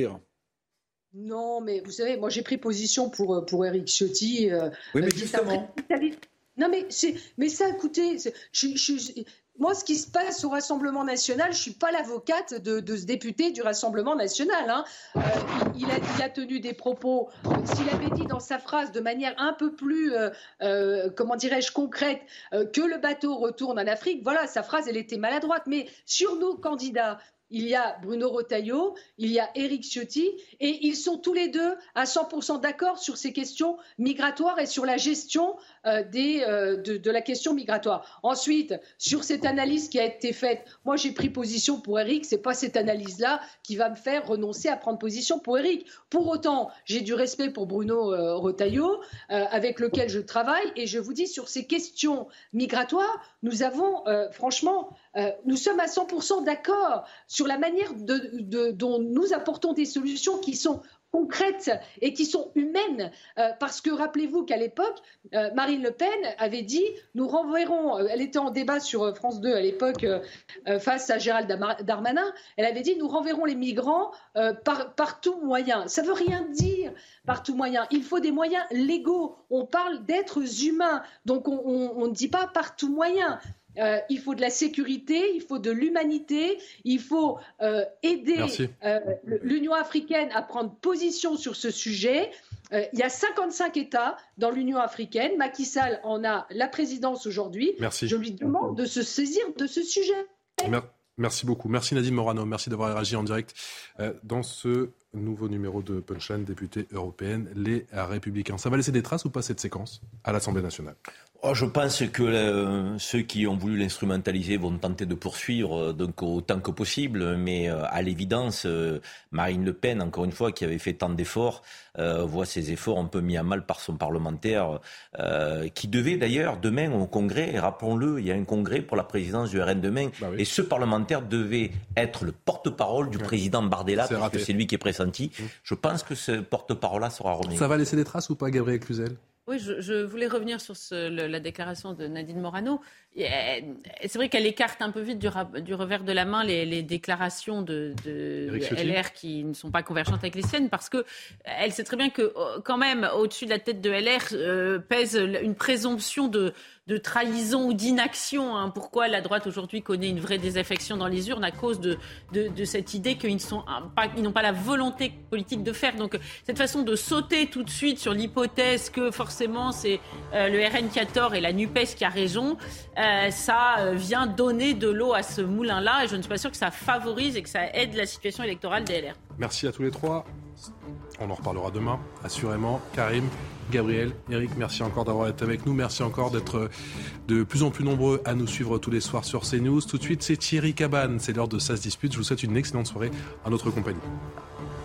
Non, mais vous savez, moi j'ai pris position pour Éric Ciotti. Oui, mais justement. Non, mais ça, écoutez, moi, ce qui se passe au Rassemblement national, je ne suis pas l'avocate de ce député du Rassemblement national. Hein. Il a tenu des propos, s'il avait dit dans sa phrase de manière un peu plus, comment dirais-je, concrète, que le bateau retourne en Afrique, voilà, sa phrase, elle était maladroite. Mais sur nos candidats, il y a Bruno Retailleau, il y a Éric Ciotti, et ils sont tous les deux à 100% d'accord sur ces questions migratoires et sur la gestion de la question migratoire. Ensuite, sur cette analyse qui a été faite, moi j'ai pris position pour Éric, c'est pas cette analyse-là qui va me faire renoncer à prendre position pour Éric. Pour autant, j'ai du respect pour Bruno Retailleau, avec lequel je travaille, et je vous dis, sur ces questions migratoires, nous avons, franchement, nous sommes à 100% d'accord sur la manière dont nous apportons des solutions qui sont concrètes et qui sont humaines. Parce que rappelez-vous qu'à l'époque, Marine Le Pen avait dit, nous renverrons, elle était en débat sur France 2 à l'époque face à Gérald Darmanin, elle avait dit, nous renverrons les migrants par tout moyen. Ça ne veut rien dire par tout moyen. Il faut des moyens légaux. On parle d'êtres humains, donc on ne dit pas par tout moyen. Il faut de la sécurité, il faut de l'humanité, il faut aider l'Union africaine à prendre position sur ce sujet. Il y a 55 États dans l'Union africaine. Macky Sall en a la présidence aujourd'hui. Merci. Je lui demande de se saisir de ce sujet. Merci beaucoup. Merci Nadine Morano. Merci d'avoir réagi en direct dans ce nouveau numéro de Punchline, députée européenne, les Républicains. Ça va laisser des traces ou pas cette séquence à l'Assemblée nationale ? Je pense que ceux qui ont voulu l'instrumentaliser vont tenter de poursuivre donc autant que possible, mais à l'évidence, Marine Le Pen, encore une fois, qui avait fait tant d'efforts, voit ses efforts un peu mis à mal par son parlementaire, qui devait d'ailleurs demain au Congrès, et rappelons-le, il y a un Congrès pour la présidence du RN demain, et ce parlementaire devait être le porte-parole du président Bardella, puisque c'est lui qui est pressenti. Je pense que ce porte-parole-là sera remis. Ça va laisser des traces ou pas, Gabriel Cluzel ? Oui, je voulais revenir sur la déclaration de Nadine Morano. C'est vrai qu'elle écarte un peu vite du revers de la main les déclarations de LR qui ne sont pas convergentes avec les siennes, parce que elle sait très bien que quand même au-dessus de la tête de LR pèse une présomption de trahison ou d'inaction. Hein. Pourquoi la droite aujourd'hui connaît une vraie désaffection dans les urnes à cause de cette idée qu'ils n'ont pas la volonté politique de faire. Donc cette façon de sauter tout de suite sur l'hypothèse que forcément c'est le RN qui a tort et la NUPES qui a raison, ça vient donner de l'eau à ce moulin-là, et je ne suis pas sûre que ça favorise et que ça aide la situation électorale des LR. Merci à tous les trois. On en reparlera demain, assurément. Karim, Gabriel, Eric, merci encore d'avoir été avec nous. Merci encore d'être de plus en plus nombreux à nous suivre tous les soirs sur CNews. Tout de suite, c'est Thierry Cabane. C'est l'heure de Ça se dispute. Je vous souhaite une excellente soirée en notre compagnie.